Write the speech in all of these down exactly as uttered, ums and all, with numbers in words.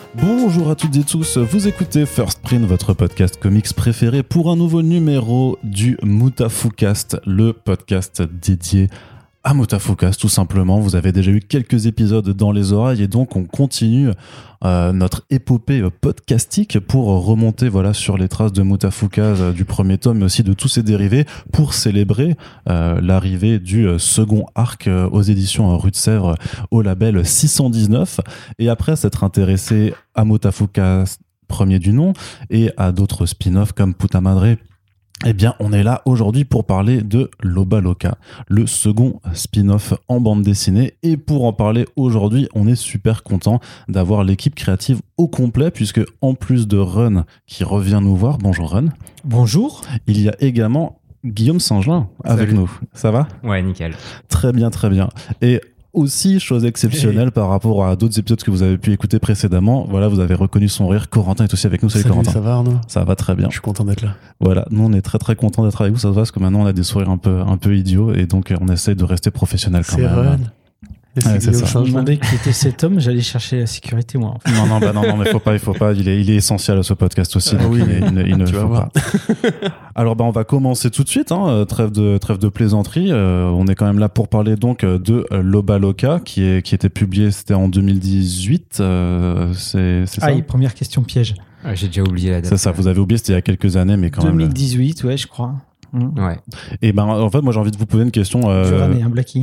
Bonjour à toutes et tous, vous écoutez First Print, votre podcast comics préféré pour un nouveau numéro du Moutafoukast, le podcast dédié à Moutafoukast tout simplement. Vous avez déjà eu quelques épisodes dans les oreilles et donc on continue euh, notre épopée podcastique pour remonter voilà, sur les traces de Moutafoukast euh, du premier tome mais aussi de tous ses dérivés pour célébrer euh, l'arrivée du euh, second arc euh, aux éditions euh, Rue de Sèvres au label six cent dix-neuf. Et après s'être intéressé à Moutafoukast premier du nom et à d'autres spin-offs comme Puta Madre, eh bien, on est là aujourd'hui pour parler de Loba Loca, le second spin-off en bande dessinée. Et pour en parler aujourd'hui, on est super content d'avoir l'équipe créative au complet, puisque en plus de Run qui revient nous voir, bonjour Run. Bonjour. Il y a également Guillaume Saint-Gelin avec Salut. nous. Ça va ? Ouais, nickel. Très bien, très bien. Et aussi, chose exceptionnelle par rapport à d'autres épisodes que vous avez pu écouter précédemment, voilà, vous avez reconnu son rire. Corentin est aussi avec nous. Salut, Salut, Corentin. ça va Arnaud ? Ça va très bien. Je suis content d'être là. Voilà, nous on est très très contents d'être avec vous, ça se voit parce que maintenant on a des sourires un peu, un peu idiots et donc on essaie de rester professionnel quand C'est même. Run. Et Ouais, c'est Guillaume ça. Saint-Gelin. Je me demandais qui était cet homme, j'allais chercher la sécurité moi. Non, non, bah non, non, mais faut pas, il faut pas, il est, il est essentiel à ce podcast aussi, Ah donc oui, il, est- il ne- il ne tu vas faut voir. pas. Alors bah on va commencer tout de suite, hein, euh, trêve de, trêve de plaisanterie, euh, on est quand même là pour parler donc euh, de euh, Loba Loca qui est, qui était publié, c'était en deux mille dix-huit, euh, c'est, c'est ça? Ah, et première question piège. Ah, j'ai déjà oublié la date. C'est ça, vous avez oublié, c'était il y a quelques années, mais quand deux mille même. dix-huit, ouais, je crois. Mmh. Ouais. Et ben en fait moi j'ai envie de vous poser une question. euh, Tu ramènes un Blackie.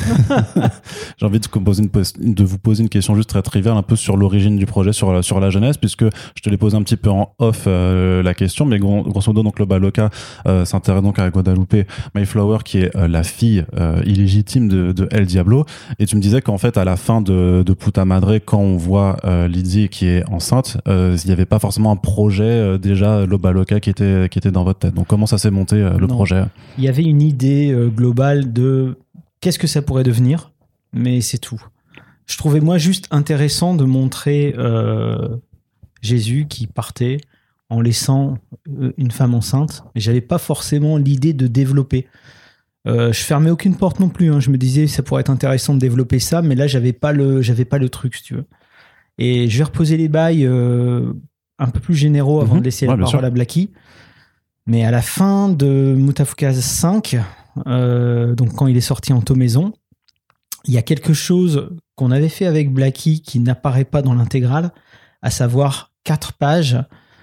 J'ai envie de, poser une, pos- de vous poser une question juste très triviale un peu sur l'origine du projet, sur la, sur la jeunesse, puisque je te l'ai posé un petit peu en off euh, la question, mais gros- grosso modo donc Loba Loca euh, s'intéresse donc à Guadalupe Mayflower qui est euh, la fille euh, illégitime de, de El Diablo, et tu me disais qu'en fait à la fin de, de Puta Madre, quand on voit euh, Lydie qui est enceinte, euh, il n'y avait pas forcément un projet euh, déjà Loba Loca qui était, qui était dans votre tête. Donc comment ça s'est monté euh, le Non. projet? Il y avait une idée euh, globale de qu'est-ce que ça pourrait devenir, mais c'est tout. Je trouvais moi juste intéressant de montrer euh, Jésus qui partait en laissant euh, une femme enceinte, mais j'avais pas forcément l'idée de développer. Euh, je fermais aucune porte non plus, hein. Je me disais ça pourrait être intéressant de développer ça, mais là j'avais pas le j'avais pas le truc si tu veux. Et je vais reposer les bails euh, un peu plus généraux avant Mhm. de laisser Ouais, la bien parole sûr. à Blackie. Mais à la fin de Moutafoukast cinq, euh, donc quand il est sorti en tomaison, il y a quelque chose qu'on avait fait avec Blackie qui n'apparaît pas dans l'intégrale, à savoir quatre pages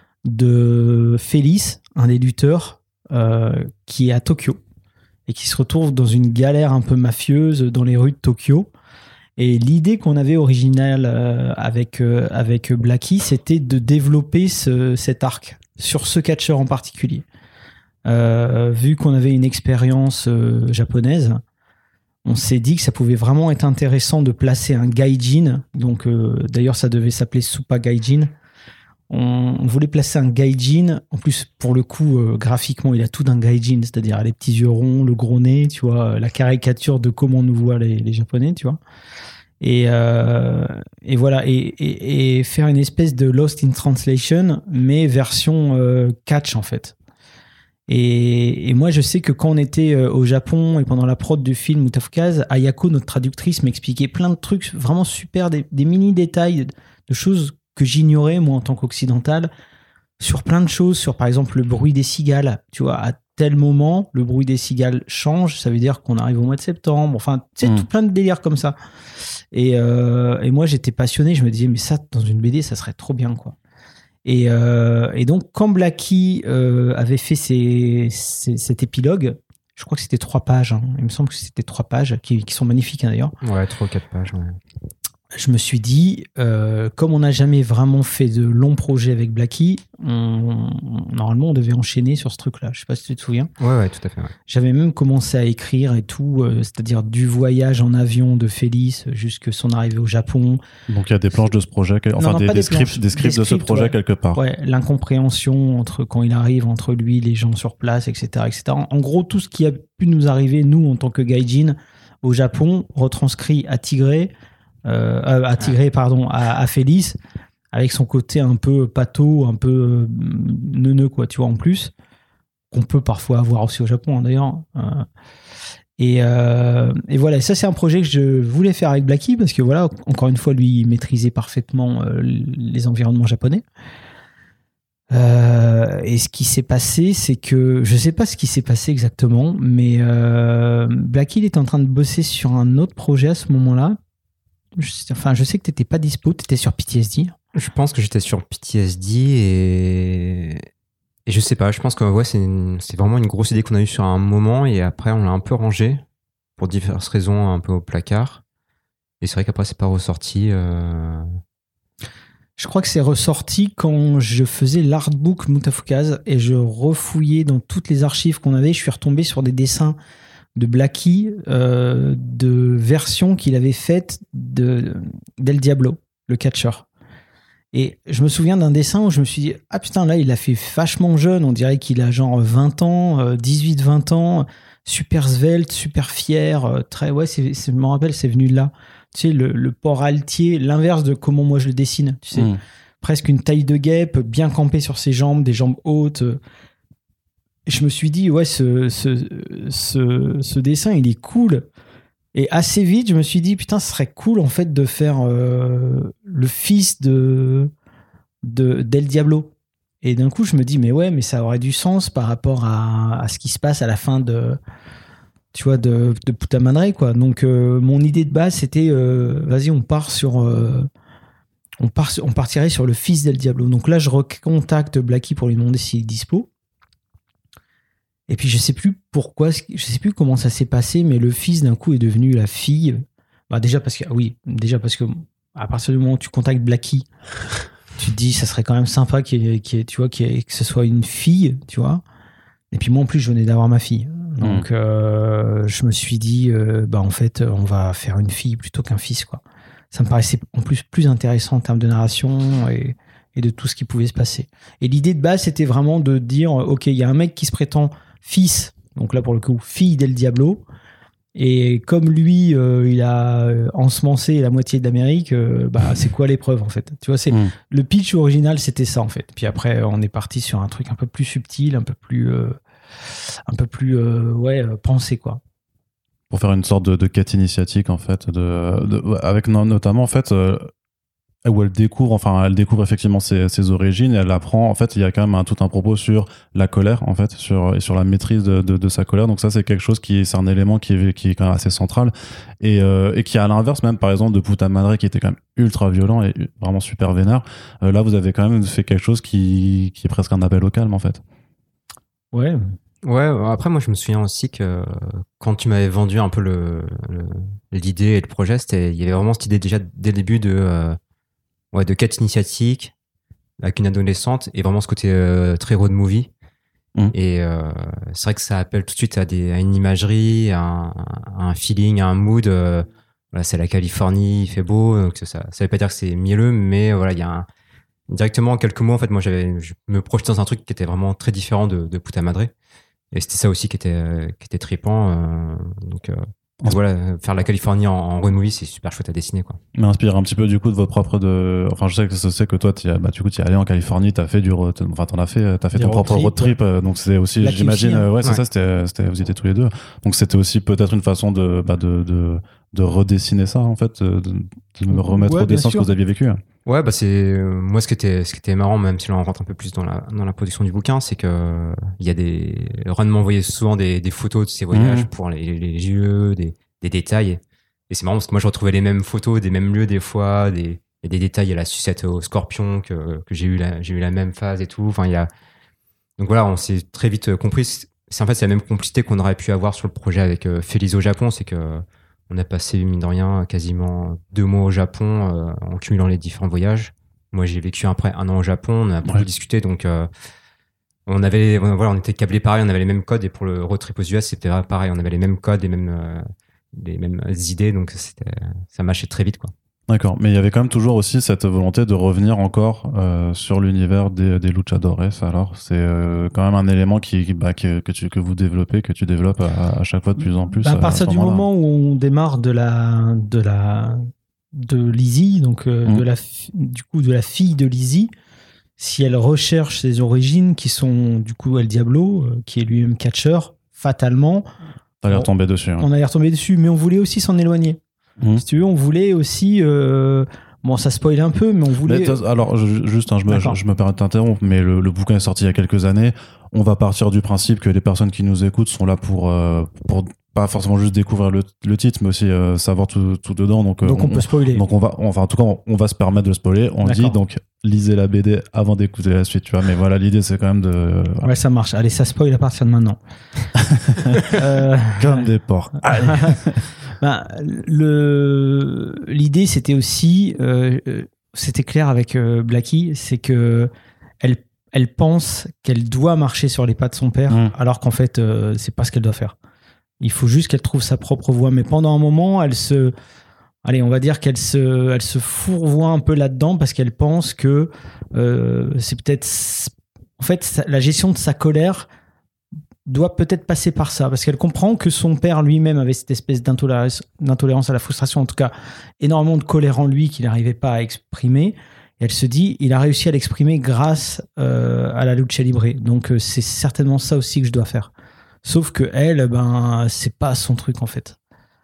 de Félix, un des lutteurs, euh, qui est à Tokyo et qui se retrouve dans une galère un peu mafieuse dans les rues de Tokyo. Et l'idée qu'on avait originale euh, avec, euh, avec Blackie, c'était de développer ce, cet arc sur ce catcheur en particulier. Euh, vu qu'on avait une expérience euh, japonaise, on s'est dit que ça pouvait vraiment être intéressant de placer un gaijin. Donc, euh, d'ailleurs, ça devait s'appeler Super Gaijin. On, on voulait placer un gaijin. En plus, pour le coup, euh, graphiquement, il a tout d'un gaijin, c'est-à-dire les petits yeux ronds, le gros nez, tu vois, la caricature de comment nous voient les, les Japonais, tu vois. Et, euh, et voilà, et, et, et faire une espèce de Lost in Translation, mais version euh, catch en fait. Et, et moi, je sais que quand on était euh, au Japon et pendant la prod du film Moutafoukast, Ayako, notre traductrice, m'expliquait plein de trucs vraiment super, des, des mini détails de choses que j'ignorais moi en tant qu'occidental, sur plein de choses, sur par exemple le bruit des cigales. Tu vois, à tel moment, le bruit des cigales change, ça veut dire qu'on arrive au mois de septembre. Enfin, tu sais, Mm. tout plein de délires comme ça. Et, euh, et moi, j'étais passionné. Je me disais, mais ça, dans une B D, ça serait trop bien, quoi. Et, euh, et donc, quand Blackie euh, avait fait ses, ses- cet épilogue, je crois que c'était trois pages. Hein. Il me semble que c'était trois pages, qui, qui sont magnifiques, hein, d'ailleurs. Ouais, trois ou quatre pages. Ouais. Je me suis dit, euh, comme on n'a jamais vraiment fait de longs projets avec Blackie, on, on- normalement, on devait enchaîner sur ce truc-là. Je sais pas si tu te souviens. ouais, ouais, tout à fait. Ouais. J'avais même commencé à écrire et tout, euh, c'est-à-dire du voyage en avion de Félix jusqu'à son arrivée au Japon. Donc il y a des planches de ce projet, quel- enfin non, des, pas des des scripts, planches, des scripts des de ce scripts, projet ouais. quelque part. Ouais, l'incompréhension entre quand il arrive, entre lui, les gens sur place, et cetera, et cetera. En, en gros, tout ce qui a pu nous arriver, nous, en tant que gaijin, au Japon, retranscrit à Tigré, euh, euh, à Tigré, pardon, à, à Félix, avec son côté un peu pâteau, un peu euh, neuneux, quoi, tu vois, en plus, qu'on peut parfois avoir aussi au Japon, hein, d'ailleurs. Euh, Et, euh, et voilà, ça c'est un projet que je voulais faire avec Blacky parce que voilà, encore une fois, lui il maîtrisait parfaitement euh, les environnements japonais. Euh, et ce qui s'est passé, c'est que je sais pas ce qui s'est passé exactement, mais euh, Blacky il était en train de bosser sur un autre projet à ce moment-là. Je, enfin, je sais que t'étais pas dispo, t'étais sur P T S D. Je pense que j'étais sur P T S D et, et je sais pas, je pense que ouais, c'est, une... c'est vraiment une grosse idée qu'on a eue sur un moment et après on l'a un peu rangé pour diverses raisons un peu au placard. Et c'est vrai qu'après c'est pas ressorti. Euh... Je crois que c'est ressorti quand je faisais l'artbook Mutafukaz et je refouillais dans toutes les archives qu'on avait. Je suis retombé sur des dessins de Blacky, euh, de versions qu'il avait faites de, d'El Diablo, le catcheur. Et je me souviens d'un dessin où je me suis dit « Ah putain, là, il a fait vachement jeune. On dirait qu'il a genre vingt ans, dix-huit vingt ans, super svelte, super fier. Très, ouais, c'est, c'est, je me rappelle, c'est venu de là. Tu sais, le, le port altier, l'inverse de comment moi je le dessine. Tu sais, mmh. Presque une taille de guêpe, bien campé sur ses jambes, des jambes hautes. Et je me suis dit, ouais, ce, ce, ce, ce dessin, il est cool. Et assez vite, je me suis dit, putain, ce serait cool, en fait, de faire euh, le fils de, de, d'El Diablo. Et d'un coup, je me dis, mais ouais, mais ça aurait du sens par rapport à, à ce qui se passe à la fin de, tu vois, de, de Puttamadre, quoi. Donc, euh, mon idée de base, c'était, euh, vas-y, on part sur... Euh, on, part, on partirait sur le fils d'El Diablo. Donc là, je recontacte Blacky pour lui demander s'il est dispo. Et puis je sais plus pourquoi, je sais plus comment ça s'est passé, mais le fils d'un coup est devenu la fille. Bah déjà parce que oui, déjà parce que à partir du moment où tu contactes Blacky, tu te dis ça serait quand même sympa qu'il y ait, qu'il y ait, tu vois, qu'il y ait, que ce soit une fille, tu vois. Et puis moi en plus je venais d'avoir ma fille, donc mmh. euh, je me suis dit euh, bah en fait on va faire une fille plutôt qu'un fils, quoi. Ça me paraissait en plus plus intéressant en termes de narration et, et de tout ce qui pouvait se passer. Et l'idée de base c'était vraiment de dire ok, il y a un mec qui se prétend fils, donc là pour le coup fille d'El Diablo, et comme lui euh, il a ensemencé la moitié d'Amérique, euh, bah c'est quoi l'épreuve en fait, tu vois, c'est mmh. le pitch original, c'était ça en fait. Puis après on est parti sur un truc un peu plus subtil, un peu plus euh, un peu plus euh, ouais euh, pensé, quoi, pour faire une sorte de, de quête initiatique en fait, de, de avec no, notamment en fait euh, où elle découvre, enfin, elle découvre effectivement ses, ses origines et elle apprend, en fait, il y a quand même un, tout un propos sur la colère, en fait, sur, et sur la maîtrise de, de, de sa colère. Donc ça, c'est quelque chose qui, c'est un élément qui est, qui est quand même assez central et, euh, et qui, à l'inverse, même, par exemple, de Puttamadre, qui était quand même ultra violent et vraiment super vénère. Euh, là, vous avez quand même fait quelque chose qui, qui est presque un appel au calme, en fait. Ouais. Ouais, après, moi, je me souviens aussi que quand tu m'avais vendu un peu le, le, l'idée et le projet, c'était, il y avait vraiment cette idée déjà dès le début de, euh, ouais, de quête initiatique avec une adolescente et vraiment ce côté euh, très road movie. Mmh. Et euh, c'est vrai que ça appelle tout de suite à, des, à une imagerie, à un, à un feeling, à un mood. Euh, voilà, c'est la Californie, il fait beau, donc ça, ça, ça veut pas dire que c'est mielleux, mais voilà, il y a un, directement en quelques mots, en fait, moi, j'avais, je me projetais dans un truc qui était vraiment très différent de, de Puttamadre. Et c'était ça aussi qui était, euh, qui était trippant. Euh, donc, euh, donc voilà, faire la Californie en, en road movie, c'est super chouette à dessiner, quoi. Mais inspire un petit peu du coup de votre propre de. Enfin, je sais que je sais que toi, bah, du coup, tu es allé en Californie, t'as fait du, enfin, t'en as fait, t'as fait ton propre road trip. Ouais. Donc c'est aussi, la j'imagine, euh, ouais, c'est ouais. ça, c'était, c'était, vous étiez tous les deux. Donc c'était aussi peut-être une façon de, bah, de, de, de redessiner ça, en fait, de, de me remettre ouais, au dessin ce que vous aviez vécu. Ouais, bah c'est euh, moi ce qui était ce qui était marrant, même si là on rentre un peu plus dans la dans la production du bouquin, c'est que il y a des Ron m'envoyait souvent des des photos de ses voyages mmh. pour les les lieux, des des détails. Et c'est marrant parce que moi je retrouvais les mêmes photos des mêmes lieux des fois, des il y a des détails à la sucette au scorpion que que j'ai eu la j'ai eu la même phase et tout. Enfin il y a donc voilà, on s'est très vite compris. C'est en fait c'est la même complicité qu'on aurait pu avoir sur le projet avec euh, Félix au Japon, c'est que on a passé, mine de rien, quasiment deux mois au Japon euh, en cumulant les différents voyages. Moi, j'ai vécu après un an au Japon. On a beaucoup ouais. discuté, donc euh, on avait, voilà, on était câblés pareil, on avait les mêmes codes. Et pour le road trip aux U S, c'était pareil, on avait les mêmes codes, les mêmes, euh, les mêmes idées, donc c'était, ça matchait très vite, quoi. D'accord, mais il y avait quand même toujours aussi cette volonté de revenir encore euh, sur l'univers des, des luchadores. Alors, c'est euh, quand même un élément qui, bah, que, que, tu, que vous développez, que tu développes à, à chaque fois de plus en plus. Bah, à partir du moment où on démarre de la de la de Lizzie, donc euh, mmh. de la du coup de la fille de Lizzie, si elle recherche ses origines qui sont du coup El Diablo, euh, qui est lui-même catcheur, fatalement, T'allais on, retomber dessus. Hein. on allait retomber dessus, mais on voulait aussi s'en éloigner. Mmh. Si tu veux, on voulait aussi. Euh, bon, ça spoil un peu, mais on voulait. Mais, alors, je, juste, hein, je, me, je, je me permets de t'interrompre, mais le, le bouquin est sorti il y a quelques années. On va partir du principe que les personnes qui nous écoutent sont là pour, euh, pour pas forcément juste découvrir le, le titre, mais aussi euh, savoir tout, tout dedans. Donc, donc on, on peut spoiler. Donc on va, enfin en tout cas, on, on va se permettre de spoiler. On D'accord. dit donc lisez la B D avant d'écouter la suite, tu vois. Mais voilà, l'idée c'est quand même de. Voilà. Ouais, ça marche. Allez, ça spoil à partir de maintenant. euh... Comme des porcs. Allez. Ben, le l'idée c'était aussi, euh, c'était clair avec euh, Blackie, c'est que elle elle pense qu'elle doit marcher sur les pas de son père, mmh. alors qu'en fait euh, c'est pas ce qu'elle doit faire. Il faut juste qu'elle trouve sa propre voie. Mais pendant un moment, elle se, allez, on va dire qu'elle se, elle se fourvoie un peu là-dedans parce qu'elle pense que euh, c'est peut-être, en fait, la gestion de sa colère doit peut-être passer par ça, parce qu'elle comprend que son père lui-même avait cette espèce d'intolérance, d'intolérance à la frustration, en tout cas énormément de colère en lui qu'il n'arrivait pas à exprimer. Et elle se dit, il a réussi à l'exprimer grâce euh, à la lucha libre. Donc euh, c'est certainement ça aussi que je dois faire. Sauf que elle, ben, c'est pas son truc en fait,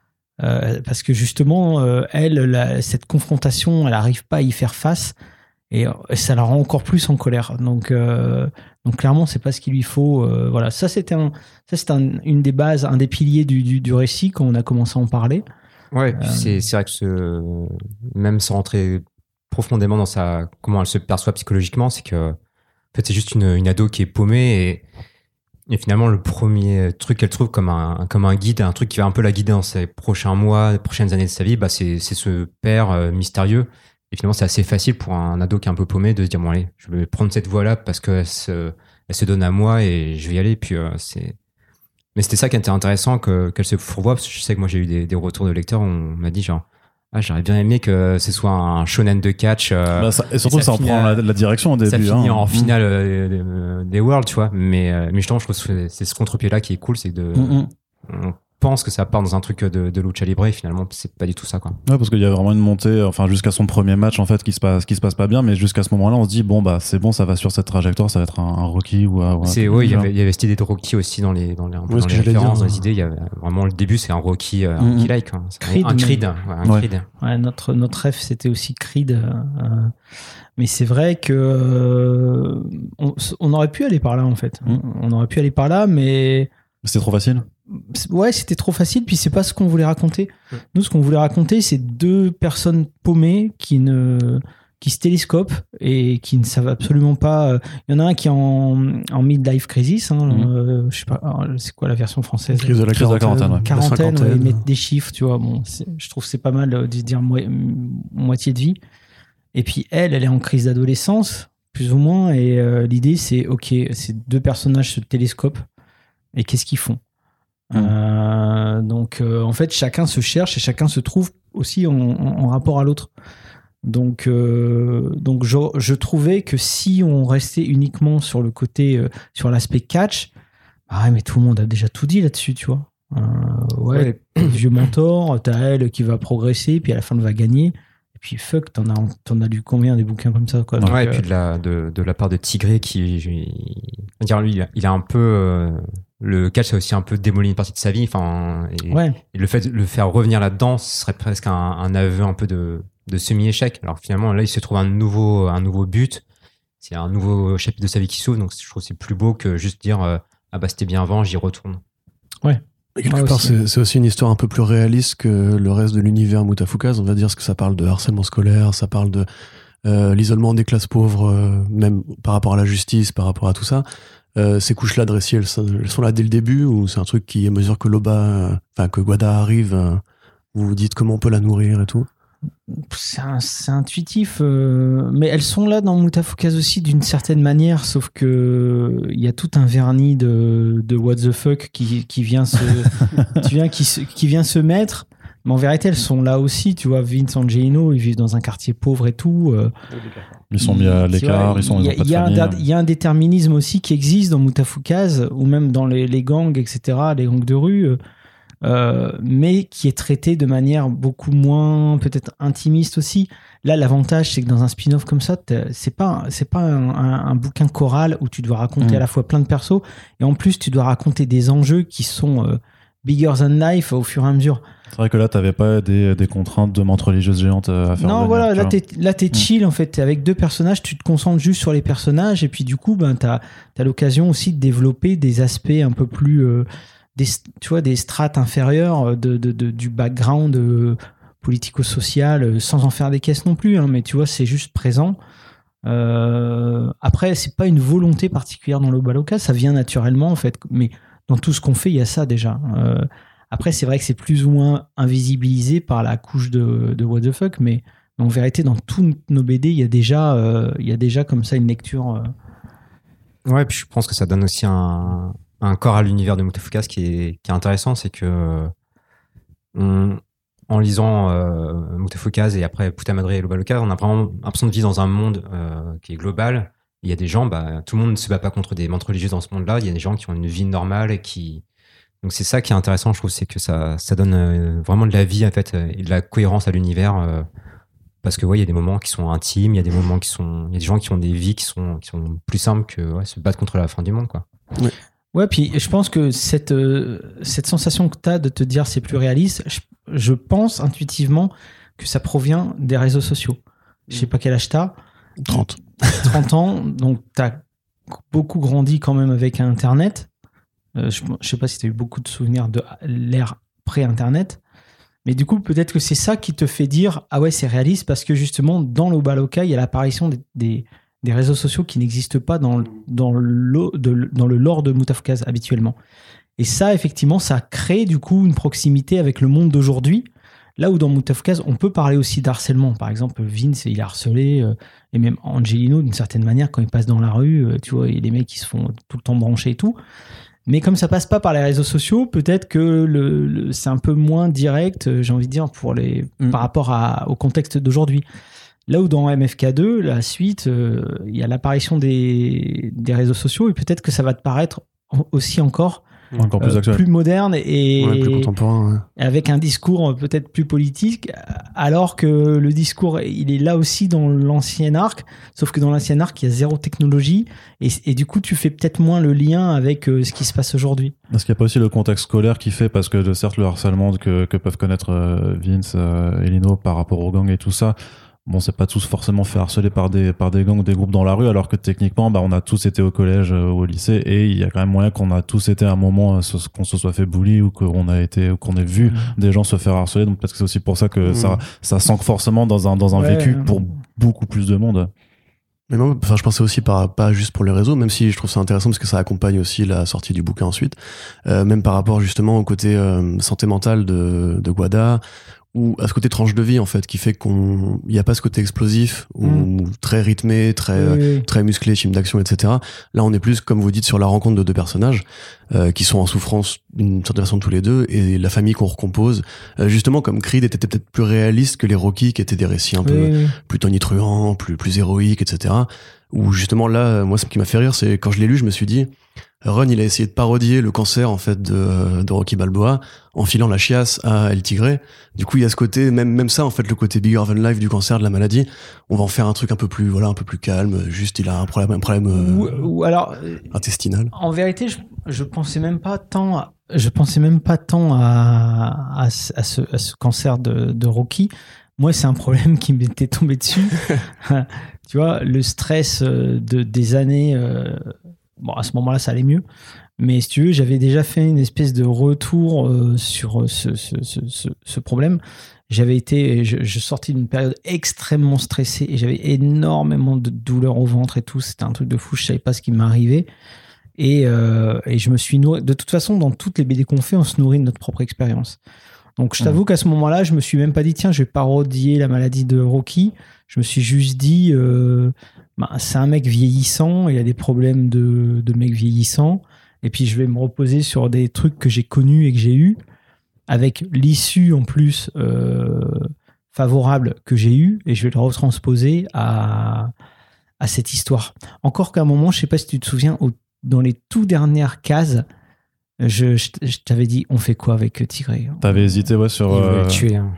euh, parce que justement, euh, elle, la, cette confrontation, elle arrive pas à y faire face, et ça la rend encore plus en colère. Donc, euh, donc clairement, c'est pas ce qu'il lui faut. Euh, voilà, ça c'était un, ça c'est un, une des bases, un des piliers du, du, du récit quand on a commencé à en parler. Ouais, euh, c'est, c'est vrai que ce, même sans rentrer profondément dans sa, comment elle se perçoit psychologiquement, c'est que, en fait, c'est juste une, une ado qui est paumée et Et finalement, le premier truc qu'elle trouve comme un, comme un guide, un truc qui va un peu la guider dans ses prochains mois, les prochaines années de sa vie, bah c'est, c'est ce père euh, mystérieux. Et finalement, c'est assez facile pour un ado qui est un peu paumé de se dire, bon, allez, je vais prendre cette voie-là parce qu'elle se, elle se donne à moi et je vais y aller. Puis, euh, c'est... Mais c'était ça qui était intéressant, que, qu'elle se fourvoie, parce que je sais que moi, j'ai eu des, des retours de lecteurs où on m'a dit, genre, ah, j'aurais bien aimé que ce soit un shonen de catch. Euh, bah ça, et surtout, et ça, ça en prend la, la direction au début. Ça finit hein. en finale euh, des, des Worlds, tu vois. Mais, euh, mais justement, je trouve que c'est ce contre-pied-là qui est cool, c'est que de, mm-hmm. on pense que ça part dans un truc de, de lucha libre et finalement, c'est pas du tout ça, quoi. Ouais, parce qu'il y a vraiment une montée, enfin, jusqu'à son premier match, en fait, qui se passe, qui se passe pas bien, mais jusqu'à ce moment-là, on se dit, bon, bah, c'est bon, ça va sur cette trajectoire, ça va être un, un Rocky ou un. C'est, oui, il y avait, il y avait cette idée de Rocky aussi dans les, dans les, un peu ouais, dans les références, dire, dans les idées. Il y avait vraiment le début, c'est un Rocky, euh, un Rocky-like, hein. Creed, un Creed, ouais, un ouais. Creed. Ouais, notre, notre rêve, c'était aussi Creed. Euh, mais c'est vrai que, euh, on, on aurait pu aller par là, en fait. Mm. On aurait pu aller par là, mais. C'était trop facile? Ouais, c'était trop facile, puis c'est pas ce qu'on voulait raconter. Nous, ce qu'on voulait raconter, c'est deux personnes paumées qui ne qui se télescopent et qui ne savent absolument pas. Il y en a un qui est en, en midlife crisis, hein, mmh. euh, je sais pas, c'est quoi la version française? Crise de la crise de la quarantaine. Ouais. Quarantaine, ouais, ils mettent des chiffres, tu vois. Bon, je trouve que c'est pas mal de dire mo- moitié de vie. Et puis elle, elle est en crise d'adolescence, plus ou moins, et euh, l'idée, c'est, ok, ces deux personnages se télescopent, et qu'est-ce qu'ils font? Mmh. Euh, donc euh, en fait chacun se cherche et chacun se trouve aussi en, en, en rapport à l'autre, donc, euh, donc je, je trouvais que si on restait uniquement sur le côté euh, sur l'aspect catch, bah ouais, mais tout le monde a déjà tout dit là-dessus, tu vois. Euh, ouais, ouais. Vieux mentor, t'as elle qui va progresser puis à la fin elle va gagner, et puis fuck, t'en as, t'en as lu combien des bouquins comme ça, quoi. Ouais, donc, et euh, puis de la, de, de la part de Tigré qui il, dire lui il a, il a un peu euh, le catch, c'est aussi un peu démoli une partie de sa vie, enfin, et, ouais. et le fait de le faire revenir là-dedans, ce serait presque un, un aveu un peu de, de semi-échec. Alors finalement, là, il se trouve un nouveau, un nouveau but, c'est un nouveau chapitre de sa vie qui s'ouvre, donc je trouve que c'est plus beau que juste dire euh, ah bah c'était bien avant, j'y retourne. Ouais. Et quelque part, c'est, c'est aussi une histoire un peu plus réaliste que le reste de l'univers Mutafukaz, on va dire, parce que ça parle de harcèlement scolaire, ça parle de euh, l'isolement des classes pauvres, euh, même par rapport à la justice, par rapport à tout ça. Euh, ces couches-là de récit, elles, elles sont là dès le début, ou c'est un truc qui, à mesure que Loba, enfin euh, que Guada arrive, euh, vous vous dites comment on peut la nourrir et tout? C'est, un, c'est intuitif, euh, mais elles sont là dans Mutafukaz aussi d'une certaine manière, sauf que il y a tout un vernis de, de what the fuck qui, qui vient se, qui vient, qui, se, qui vient se mettre. Mais en vérité, elles sont là aussi, tu vois. Vince Angelino, ils vivent dans un quartier pauvre et tout. Euh, ils sont mis à l'écart, ils sont. Il y, y, y, y a un déterminisme aussi qui existe dans Mutafukaz, ou même dans les, les gangs, et cetera, les gangs de rue, euh, mais qui est traité de manière beaucoup moins, peut-être intimiste aussi. Là, l'avantage, c'est que dans un spin-off comme ça, c'est pas, c'est pas un, un, un bouquin choral où tu dois raconter mmh. à la fois plein de persos, et en plus, tu dois raconter des enjeux qui sont euh, bigger than life au fur et à mesure. C'est vrai que là, t'avais pas des, des contraintes de menthe religieuse géante à faire. Non, venir, voilà, là vois. t'es, là, t'es chill, en fait. T'es avec deux personnages, tu te concentres juste sur les personnages, et puis du coup, ben, t'as, t'as l'occasion aussi de développer des aspects un peu plus, euh, des, tu vois, des strates inférieures de, de, de, du background euh, politico-social, euh, sans en faire des caisses non plus, hein, mais tu vois, c'est juste présent. Euh, après, c'est pas une volonté particulière dans le Baloka, ça vient naturellement, en fait, mais dans tout ce qu'on fait, il y a ça déjà. Euh, Après, c'est vrai que c'est plus ou moins invisibilisé par la couche de, de What the fuck, mais en vérité, dans tous nos B D, il y a déjà, euh, il y a déjà comme ça une lecture. Euh... Ouais, puis je pense que ça donne aussi un, un corps à l'univers de Mutafukas qui est, qui est intéressant, c'est que on, en lisant euh, Mutafukas et après Puta Madre et le Baloka, on a vraiment l'impression de vivre dans un monde euh, qui est global. Il y a des gens, bah, tout le monde ne se bat pas contre des mantes religieuses dans ce monde-là. Il y a des gens qui ont une vie normale et qui Donc c'est ça qui est intéressant, je trouve, c'est que ça, ça donne euh, vraiment de la vie en fait et de la cohérence à l'univers euh, parce que ouais, il y a des moments qui sont intimes, il y a des moments qui sont, il y a des gens qui ont des vies qui sont qui sont plus simples que ouais, se battre contre la fin du monde quoi. Ouais. Ouais, puis je pense que cette euh, cette sensation que tu as de te dire c'est plus réaliste, je, je pense intuitivement que ça provient des réseaux sociaux. Je sais pas quel âge t'as. trente. trente ans, donc t'as beaucoup grandi quand même avec Internet. Euh, je ne sais pas si tu as eu beaucoup de souvenirs de l'ère pré-Internet, mais du coup, peut-être que c'est ça qui te fait dire « Ah ouais, c'est réaliste » parce que justement, dans le Baloka, il y a l'apparition des, des, des réseaux sociaux qui n'existent pas dans, dans, le, de, dans le lore de Mutafukas habituellement. Et ça, effectivement, ça crée du coup une proximité avec le monde d'aujourd'hui, là où dans Mutafukas, on peut parler aussi d'harcèlement. Par exemple, Vince, il est harcelé, euh, et même Angelino, d'une certaine manière, quand il passe dans la rue, euh, tu vois, il y a des mecs qui se font tout le temps brancher et tout. Mais comme ça passe pas par les réseaux sociaux, peut-être que le, le, c'est un peu moins direct, j'ai envie de dire, pour les, mmh. par rapport à, au contexte d'aujourd'hui. Là où dans M F K deux, la suite, euh, il y a l'apparition des, des réseaux sociaux et peut-être que ça va te paraître aussi encore Encore plus, euh, plus moderne et ouais, plus contemporain, ouais. Avec un discours peut-être plus politique, alors que le discours il est là aussi dans l'ancien arc, sauf que dans l'ancien arc il y a zéro technologie et, et du coup tu fais peut-être moins le lien avec euh, ce qui se passe aujourd'hui. Parce qu'il n'y a pas aussi le contexte scolaire qui fait, parce que de, certes le harcèlement que, que peuvent connaître euh, Vince euh, et Lino par rapport aux gangs et tout ça, bon, c'est pas tous forcément fait harceler par des, par des gangs ou des groupes dans la rue, alors que techniquement, bah, on a tous été au collège, euh, au lycée, et il y a quand même moyen qu'on a tous été à un moment, euh, qu'on se soit fait bully ou qu'on a été, ou qu'on ait vu mmh. des gens se faire harceler. Donc, peut-être que c'est aussi pour ça que mmh. ça, ça s'ancre forcément dans un, dans un ouais, vécu pour beaucoup plus de monde. Mais moi, enfin, je pensais aussi par, pas juste pour les réseaux, même si je trouve ça intéressant parce que ça accompagne aussi la sortie du bouquin ensuite, euh, même par rapport justement au côté euh, santé mentale de, de Guada, ou à ce côté tranche de vie en fait qui fait qu'on il y a pas ce côté explosif ou mmh. très rythmé, très oui, oui. très musclé, film d'action, etc. Là on est plus comme vous dites sur la rencontre de deux personnages euh, qui sont en souffrance d'une certaine façon tous les deux et la famille qu'on recompose euh, justement comme Creed était peut-être plus réaliste que les Rocky qui étaient des récits un oui, peu oui. plus tonitruants, plus plus héroïques, etc. Où justement là moi ce qui m'a fait rire c'est quand je l'ai lu je me suis dit Ron, il a essayé de parodier le cancer en fait de, de Rocky Balboa en filant la chiasse à El Tigre. Du coup, il y a ce côté, même même ça en fait, le côté bigger than life du cancer, de la maladie. On va en faire un truc un peu plus, voilà, un peu plus calme. Juste, il a un problème, un problème ou, euh, ou alors intestinal. En vérité, je, je pensais même pas tant, à, je pensais même pas tant à à, à, ce, à ce cancer de, de Rocky. Moi, c'est un problème qui m'était tombé dessus. Tu vois, le stress de des années. Euh, Bon, à ce moment-là, ça allait mieux. Mais si tu veux, j'avais déjà fait une espèce de retour euh, sur ce, ce, ce, ce, ce problème. J'avais été, je, je sortis d'une période extrêmement stressée et j'avais énormément de douleurs au ventre et tout. C'était un truc de fou. Je savais pas ce qui m'arrivait. Et, euh, et je me suis nourri. De toute façon, dans toutes les B D qu'on fait, on se nourrit de notre propre expérience. Donc, je t'avoue mmh. qu'à ce moment-là, je me suis même pas dit, tiens, je vais parodier la maladie de Rocky. Je me suis juste dit, euh, bah, c'est un mec vieillissant, il a des problèmes de, de mec vieillissant. Et puis, je vais me reposer sur des trucs que j'ai connus et que j'ai eus, avec l'issue en plus euh, favorable que j'ai eue, et je vais le retransposer à, à cette histoire. Encore qu'à un moment, je sais pas si tu te souviens, au, dans les tout dernières cases, Je, je, je t'avais dit, on fait quoi avec Tigre? T'avais hésité, ouais, sur. Il euh... le tuer. Hein.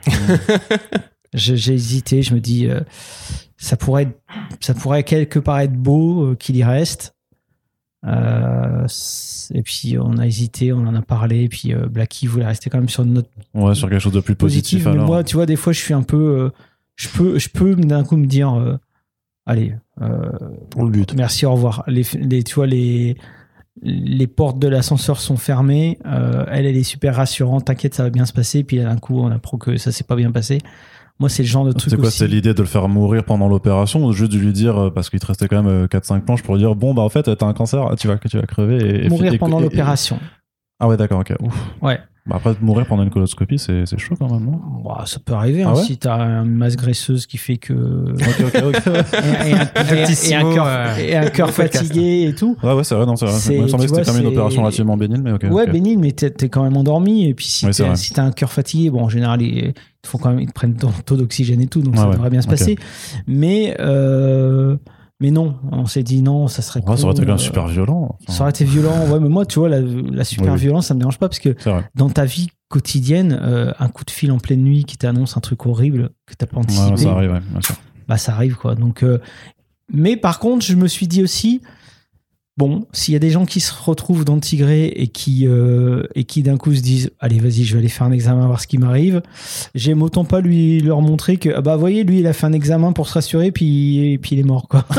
je, j'ai hésité, je me dis, euh, ça pourrait, être, ça pourrait quelque part être beau euh, qu'il y reste. Euh, et puis on a hésité, on en a parlé, et puis euh, Blacky voulait rester quand même sur une note Ouais, sur quelque chose de plus positif. positive. Mais alors. moi, tu vois, des fois, je suis un peu, euh, je peux, je peux d'un coup me dire, euh, allez, euh, Pour le but. merci, au revoir. Les, les, tu vois, les les portes de l'ascenseur sont fermées. Euh, elle, elle est super rassurante. T'inquiète, ça va bien se passer. Puis d'un coup, on apprend que ça s'est pas bien passé. Moi, c'est le genre de truc C'était quoi, aussi. c'était l'idée de le faire mourir pendant l'opération ou juste de lui dire, euh, parce qu'il te restait quand même quatre cinq planches pour lui dire, bon, bah en fait, t'as un cancer, tu vas, tu vas crever. Et, Mourir et, pendant et- l'opération. Ah ouais, d'accord, ok. Ouf. Ouais. Bah après, mourir pendant une coloscopie, c'est, c'est chaud quand même, non? Bah, ça peut arriver Ah hein, ouais si t'as une masse graisseuse qui fait que. Ok, ok, ok. et, et un, et- petit et un Simo, cœur euh, et un cœur podcast. fatigué et tout. Ouais, ouais, c'est vrai, non, c'est vrai. C'est- Moi, il me semblait tu que c'était vois, quand même une c'est- opération relativement bénigne, mais ok. Ouais, ok. bénigne, mais t'es, t'es quand même endormi. Et puis si Oui, c'est t'es- vrai. si t'as un cœur fatigué, bon, en général, ils, ils te font quand même, ils te prennent ton taux d'oxygène et tout, donc Ouais, ça ouais. devrait bien se Ok. passer. Mais, euh, mais non, on s'est dit non, ça serait Ouais, ça aurait été con, quand même euh, super violent. Enfin, Ça aurait été violent. Ouais, mais moi, tu vois, la, la super Oui, oui. violence, ça me dérange pas parce que c'est vrai. dans ta vie quotidienne, euh, un coup de fil en pleine nuit qui t'annonce un truc horrible que t'as pas Ouais, anticipé, ouais, ça arrive, ouais, bien sûr. bah ça arrive quoi. Donc, euh, mais par contre, je me suis dit aussi, bon, s'il y a des gens qui se retrouvent dans Tigré et qui euh, et qui d'un coup se disent, allez, vas-y, je vais aller faire un examen voir ce qui m'arrive. J'aime autant pas lui leur montrer que, ah bah voyez, lui, il a fait un examen pour se rassurer, puis et puis il est mort quoi.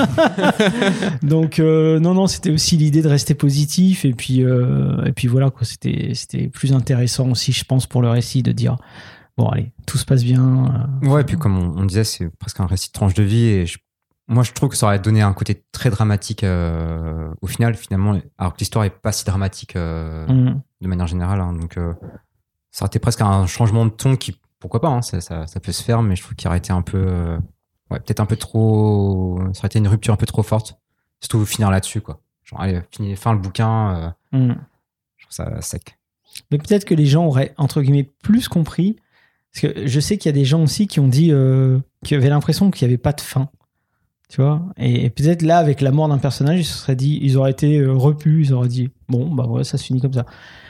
Donc euh, non non, c'était aussi l'idée de rester positif et puis euh, et puis voilà quoi. C'était c'était plus intéressant aussi, je pense, pour le récit de dire, bon allez, tout se passe bien. euh, Ouais, et puis comme on, on disait, c'est presque un récit de tranche de vie. Et je- moi, je trouve que ça aurait donné un côté très dramatique euh, au final, finalement, alors que l'histoire est pas si dramatique euh, hum. de manière générale. hein. donc, euh, ça aurait été presque un changement de ton qui, pourquoi pas, hein, ça, ça, ça peut se faire, mais je trouve qu'il aurait été un peu, euh, ouais, peut-être un peu trop, ça aurait été une rupture un peu trop forte. Surtout finir là-dessus, quoi. Genre, allez, fini, fin le bouquin, euh, Hum. je trouve ça sec. Mais peut-être que les gens auraient, entre guillemets, plus compris. Parce que je sais qu'il y a des gens aussi qui ont dit, euh, qui avaient l'impression qu'il n'y avait pas de fin. Tu vois. Et, et peut-être là, avec la mort d'un personnage, ils se seraient dit, ils auraient été euh, repus, ils auraient dit, bon, bah ouais, ça se finit comme ça.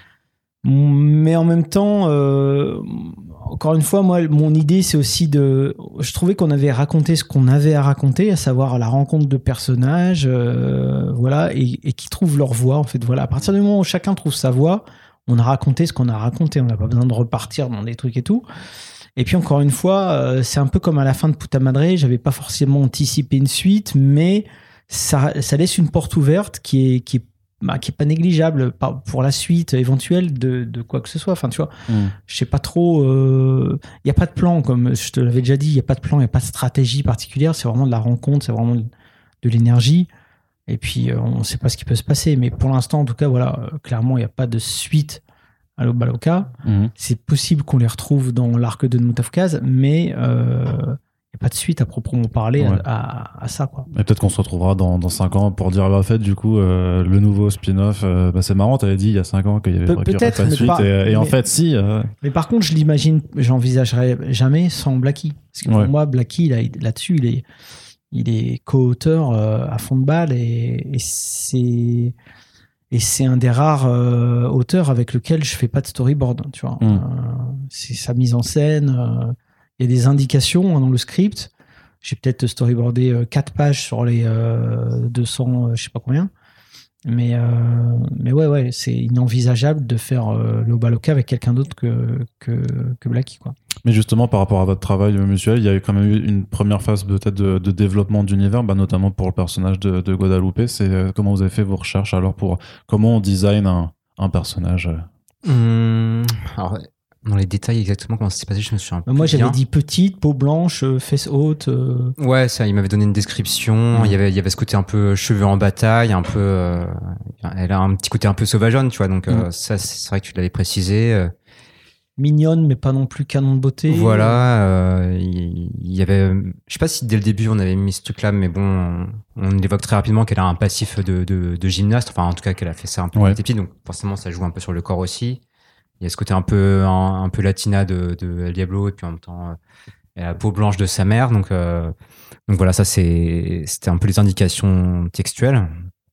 Mais en même temps, euh, encore une fois, moi, mon idée, c'est aussi de. Je trouvais qu'on avait raconté ce qu'on avait à raconter, à savoir la rencontre de personnages, euh, voilà, et, et qui trouvent leur voix. En fait, voilà. À partir du moment où chacun trouve sa voix, on a raconté ce qu'on a raconté. On n'a pas besoin de repartir dans des trucs et tout. Et puis encore une fois, euh, c'est un peu comme à la fin de Puta Madre. J'avais pas forcément anticipé une suite, mais ça, ça laisse une porte ouverte qui est, qui est bah, qui est pas négligeable par- pour la suite éventuelle de, de quoi que ce soit. Enfin, tu vois, Mm. je sais pas trop. Il euh, y a pas de plan, comme je te l'avais déjà dit. Il y a pas de plan, il y a pas de stratégie particulière. C'est vraiment de la rencontre, c'est vraiment de, de l'énergie. Et puis, euh, on sait pas ce qui peut se passer. Mais pour l'instant, en tout cas, voilà, euh, clairement, il y a pas de suite à l'Obaloka. Mhm. C'est possible qu'on les retrouve dans l'arc de Mutafukaz, mais euh, il n'y a pas de suite à proprement parler Ouais. à, à, à ça, quoi. Et peut-être qu'on se retrouvera dans, dans cinq ans pour dire, bah, en fait, du coup, euh, le nouveau spin-off, euh, bah, c'est marrant, t'avais dit il y a cinq ans qu'il y avait Pe- qu'il y aurait peut-être, pas de mais suite, pas- et, et en mais- fait, si. euh, Mais par contre, je l'imagine, j'envisagerais jamais sans Blacky. Parce que pour Ouais. moi, Blacky, là, là-dessus, il est, il est co-auteur euh, à fond de balle et, et c'est. Et c'est un des rares euh, auteurs avec lequel je fais pas de storyboard, tu vois. Mm. Euh, c'est sa mise en scène. euh, Il y a des indications hein, dans le script. J'ai peut-être storyboardé euh, quatre pages sur les euh, deux cents, euh, je sais pas combien. Mais, euh, mais ouais, ouais, c'est inenvisageable de faire euh, le Obaloka avec quelqu'un d'autre que, que, que Blacky, quoi. Mais justement, par rapport à votre travail mutuel, il y a eu quand même eu une première phase peut-être de, de développement d'univers, bah, notamment pour le personnage de, de Guadalupe. C'est euh, comment vous avez fait vos recherches alors pour comment on design un, un personnage euh, Hum, alors, dans les détails exactement comment ça s'est passé, je me suis un peu. Moi, j'avais bien. dit petite, peau blanche, euh, fesses hautes. euh, Ouais, ça, il m'avait donné une description. Mhm. Il y avait, il y avait ce côté un peu cheveux en bataille, un peu. euh, elle a un petit côté un peu sauvageonne, tu vois. Donc euh, Mhm. ça, c'est vrai que tu l'avais précisé. euh, mignonne, mais pas non plus canon de beauté. Voilà, euh, il il y avait, je sais pas si dès le début on avait mis ce truc-là, mais bon, on, on évoque très rapidement qu'elle a un passif de, de, de gymnaste, enfin en tout cas qu'elle a fait ça un peu quand Ouais. elle était petite, donc forcément ça joue un peu sur le corps aussi. Il y a ce côté un peu un, un peu latina de, de El Diablo et puis en même temps euh, elle a la peau blanche de sa mère, donc euh, donc voilà, ça c'est c'était un peu les indications textuelles.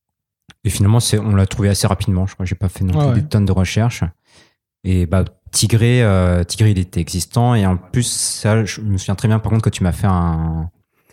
Et finalement c'est on l'a trouvé assez rapidement, je crois que j'ai pas fait non plus Ah ouais. des tonnes de recherches. Et bah Tigré, euh, Tigré, il était existant et en plus ça, je me souviens très bien par contre que tu m'as fait un,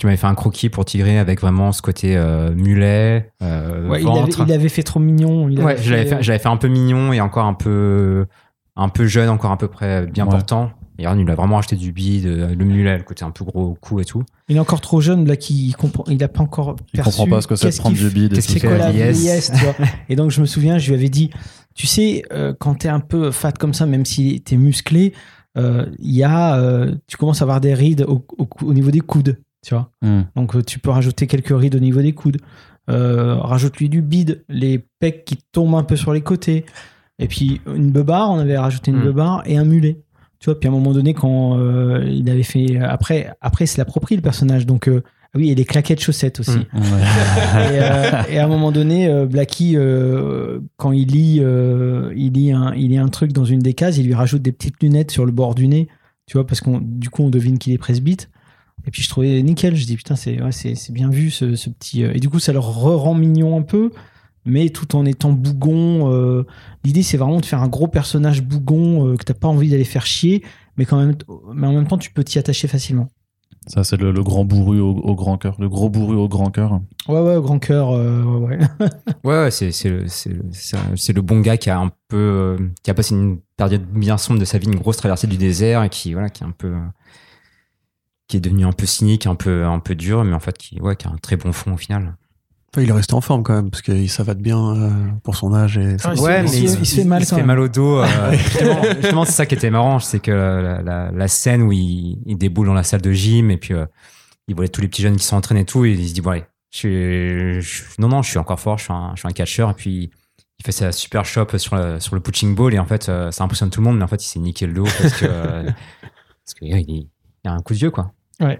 tu m'avais fait un croquis pour Tigré avec vraiment ce côté euh, mulet, euh, ouais, ventre. Il avait, il avait fait trop mignon. Il ouais, avait je l'avais fait, fait, j'avais fait un peu mignon et encore un peu, un peu jeune, encore à peu près bien Ouais. portant. Et Aaron, il a vraiment acheté du bide, le mulet, le côté un peu gros cou et tout. Il est encore trop jeune, là, qui comprend, il a pas encore Il perçu. comprend pas ce que c'est de qu'est-ce prendre qu'il du bide. et qu'est-ce tout C'est qu'il ça. quoi la vieillesse. vieillesse, tu vois. Et donc, je me souviens, je lui avais dit, tu sais, euh, quand t'es un peu fat comme ça, même si t'es musclé, euh, il y a, euh, tu commences à avoir des rides au, au, au niveau des coudes, tu vois. Hmm. Donc, euh, tu peux rajouter quelques rides au niveau des coudes. Euh, rajoute-lui du bide, les pecs qui tombent un peu sur les côtés. Et puis, une beubare, on avait rajouté une Mm. beubare et un mulet. Tu vois, puis à un moment donné, quand euh, il avait fait. Après, après c'est l'approprie, le personnage. Donc, euh, oui, et les claquettes chaussettes aussi. Mm. Ouais. Et, euh, et à un moment donné, euh, Blackie, euh, quand il lit, euh, il, lit un, il lit un truc dans une des cases, il lui rajoute des petites lunettes sur le bord du nez, tu vois, parce qu'on du coup, on devine qu'il est presbyte. Et puis je trouvais nickel, je dis putain, c'est ouais, c'est c'est bien vu ce, ce petit. euh, Et du coup, ça le rend mignon un peu, mais tout en étant bougon. euh, L'idée, c'est vraiment de faire un gros personnage bougon euh, que t'as pas envie d'aller faire chier, mais quand même, mais en même temps, tu peux t'y attacher facilement. Ça, c'est le, le grand bourru au, au grand cœur. Le gros bourru au grand cœur. Ouais, ouais, grand cœur, euh, ouais, ouais. Ouais, ouais, c'est, c'est, le, c'est, le- c'est, un- c'est le bon gars qui a un peu, euh, qui a passé une période bien sombre de sa vie, une grosse traversée du désert et qui, voilà, qui est un peu, euh, qui est devenu un peu cynique, un peu, un peu dur, mais en fait, qui, ouais, qui a un très bon fond au final. Enfin, il est resté en forme quand même, parce qu'il savate bien euh, pour son âge. Et Ah, il Ouais, se- mais il se- il se fait mal il se quand fait même. mal au dos. euh, justement, justement, c'est ça qui était marrant, c'est que la, la, la scène où il, il déboule dans la salle de gym et puis euh, il voit tous les petits jeunes qui s'entraînent et tout, et il se dit bon allez, je suis, je- non non, je suis encore fort, je suis un, je suis un catcheur, et puis il fait sa super chop sur le, sur le punching ball et en fait euh, ça impressionne tout le monde, mais en fait il s'est niqué le dos parce que euh, parce que, euh, il, il a un coup de vieux quoi. Ouais.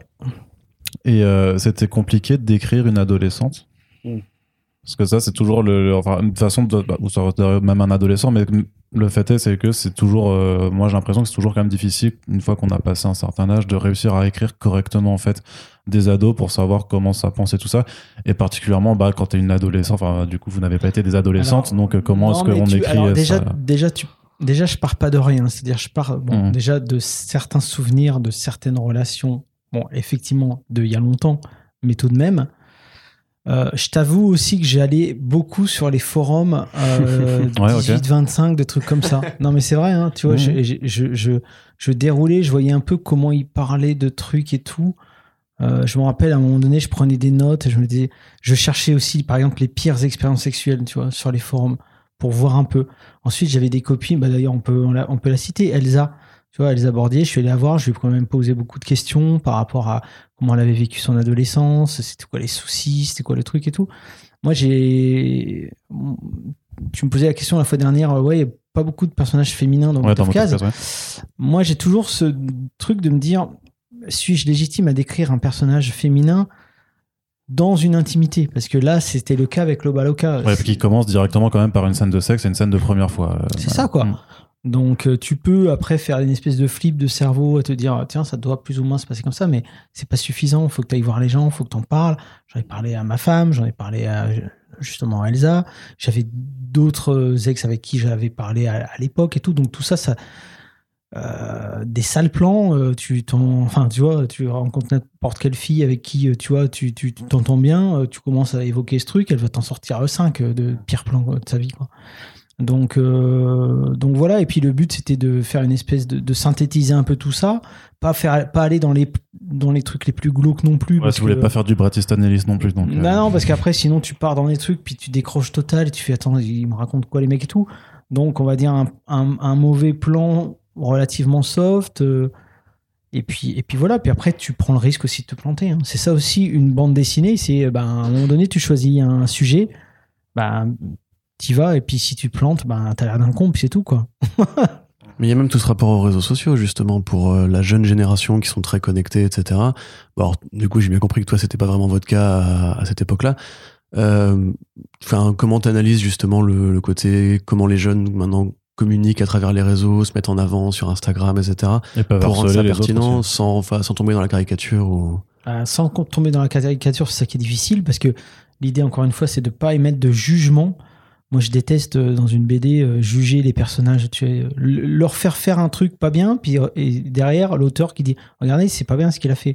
Et euh, c'était compliqué de décrire une adolescente. Mm. Parce que ça, c'est toujours le, le- enfin, une façon de, bah, ou ça reste même un adolescent, mais le fait est, c'est que c'est toujours, euh, moi j'ai l'impression que c'est toujours quand même difficile, une fois qu'on a passé un certain âge, de réussir à écrire correctement, en fait, des ados pour savoir comment ça pense et tout ça. Et particulièrement, bah, quand t'es une adolescente, enfin, du coup, vous n'avez pas été des adolescentes, Alors, donc euh, comment non, est-ce mais qu'on tu- écrit alors, déjà, ça déjà, tu, déjà, je pars pas de rien. C'est-à-dire, je pars bon, Mhm. déjà de certains souvenirs, de certaines relations. Bon, effectivement, de il y a longtemps, mais tout de même. Euh, je t'avoue aussi que j'allais beaucoup sur les forums euh, Ouais, ok. dix-huit vingt-cinq, des trucs comme ça. Non, mais c'est vrai, hein, tu vois, Mhm. je, je, je, je, je déroulais, je voyais un peu comment ils parlaient de trucs et tout. Euh, je me rappelle, à un moment donné, je prenais des notes et je me disais, je cherchais aussi, par exemple, les pires expériences sexuelles, tu vois, sur les forums, pour voir un peu. Ensuite, j'avais des copines, bah, d'ailleurs, on peut, on, la- on peut la citer, Elsa. Tu vois, Elsa Bordier, je suis allé la voir, je lui ai quand même posé beaucoup de questions par rapport à comment elle avait vécu son adolescence, c'était quoi les soucis, c'était quoi le truc et tout. Moi, j'ai. Tu me posais la question la fois dernière, euh, ouais, il n'y a pas beaucoup de personnages féminins dans Ouais, dans Kafka. votre cas, ouais. Moi, j'ai toujours ce truc de me dire, suis-je légitime à décrire un personnage féminin dans une intimité? Parce que là, c'était le cas avec Loba Loca. Ouais, qui commence directement quand même par une scène de sexe et une scène de première fois. euh, C'est ça, quoi. Mm. Donc, euh, tu peux après faire une espèce de flip de cerveau et te dire, tiens, ça doit plus ou moins se passer comme ça, mais c'est pas suffisant. Il faut que tu ailles voir les gens, il faut que tu en parles. J'en ai parlé à ma femme, j'en ai parlé à justement à Elsa. J'avais d'autres ex avec qui j'avais parlé à, à l'époque et tout. Donc, tout ça, ça. Euh, des sales plans, euh, tu t'en, enfin, tu vois, tu rencontres n'importe quelle fille avec qui, euh, tu vois, tu, tu tu t'entends bien, euh, tu commences à évoquer ce truc, elle va t'en sortir cinq de pires plans quoi, de sa vie, quoi. Donc, euh, donc voilà. Et puis le but, c'était de faire une espèce de, de synthétiser un peu tout ça, pas faire, pas aller dans les dans les trucs les plus glauques non plus. Ouais, parce si vous voulez que- pas faire du Bret Easton Ellis non plus. Donc, euh, non, non, parce qu'après, sinon, tu pars dans des trucs, puis tu décroches total, et tu fais, attends, ils me racontent quoi les mecs et tout. Donc, on va dire un, un, un mauvais plan relativement soft. euh, et puis, et puis voilà. Puis après, tu prends le risque aussi de te planter. Hein. C'est ça aussi une bande dessinée. C'est, ben, à un moment donné, tu choisis un sujet, ben, t'y vas, et puis si tu te plantes, ben, t'as l'air d'un con, puis c'est tout, quoi. Mais il y a même tout ce rapport aux réseaux sociaux, justement, pour euh, la jeune génération qui sont très connectés, et cetera. Bon, alors, du coup, j'ai bien compris que toi, c'était pas vraiment votre cas à, à cette époque-là. Euh, enfin, comment t'analyses justement le, le côté, comment les jeunes maintenant communiquent à travers les réseaux, se mettent en avant sur Instagram, et cetera. Et peuvent Pour rendre harceler ça les autres pertinent, aussi. sans, enfin, sans tomber dans la caricature ou... Euh, sans tomber dans la caricature, c'est ça qui est difficile, parce que l'idée, encore une fois, c'est de pas émettre de jugement. Moi, je déteste euh, dans une B D euh, juger les personnages, tu sais, leur faire faire un truc pas bien, puis euh, et derrière l'auteur qui dit regardez, c'est pas bien ce qu'il a fait.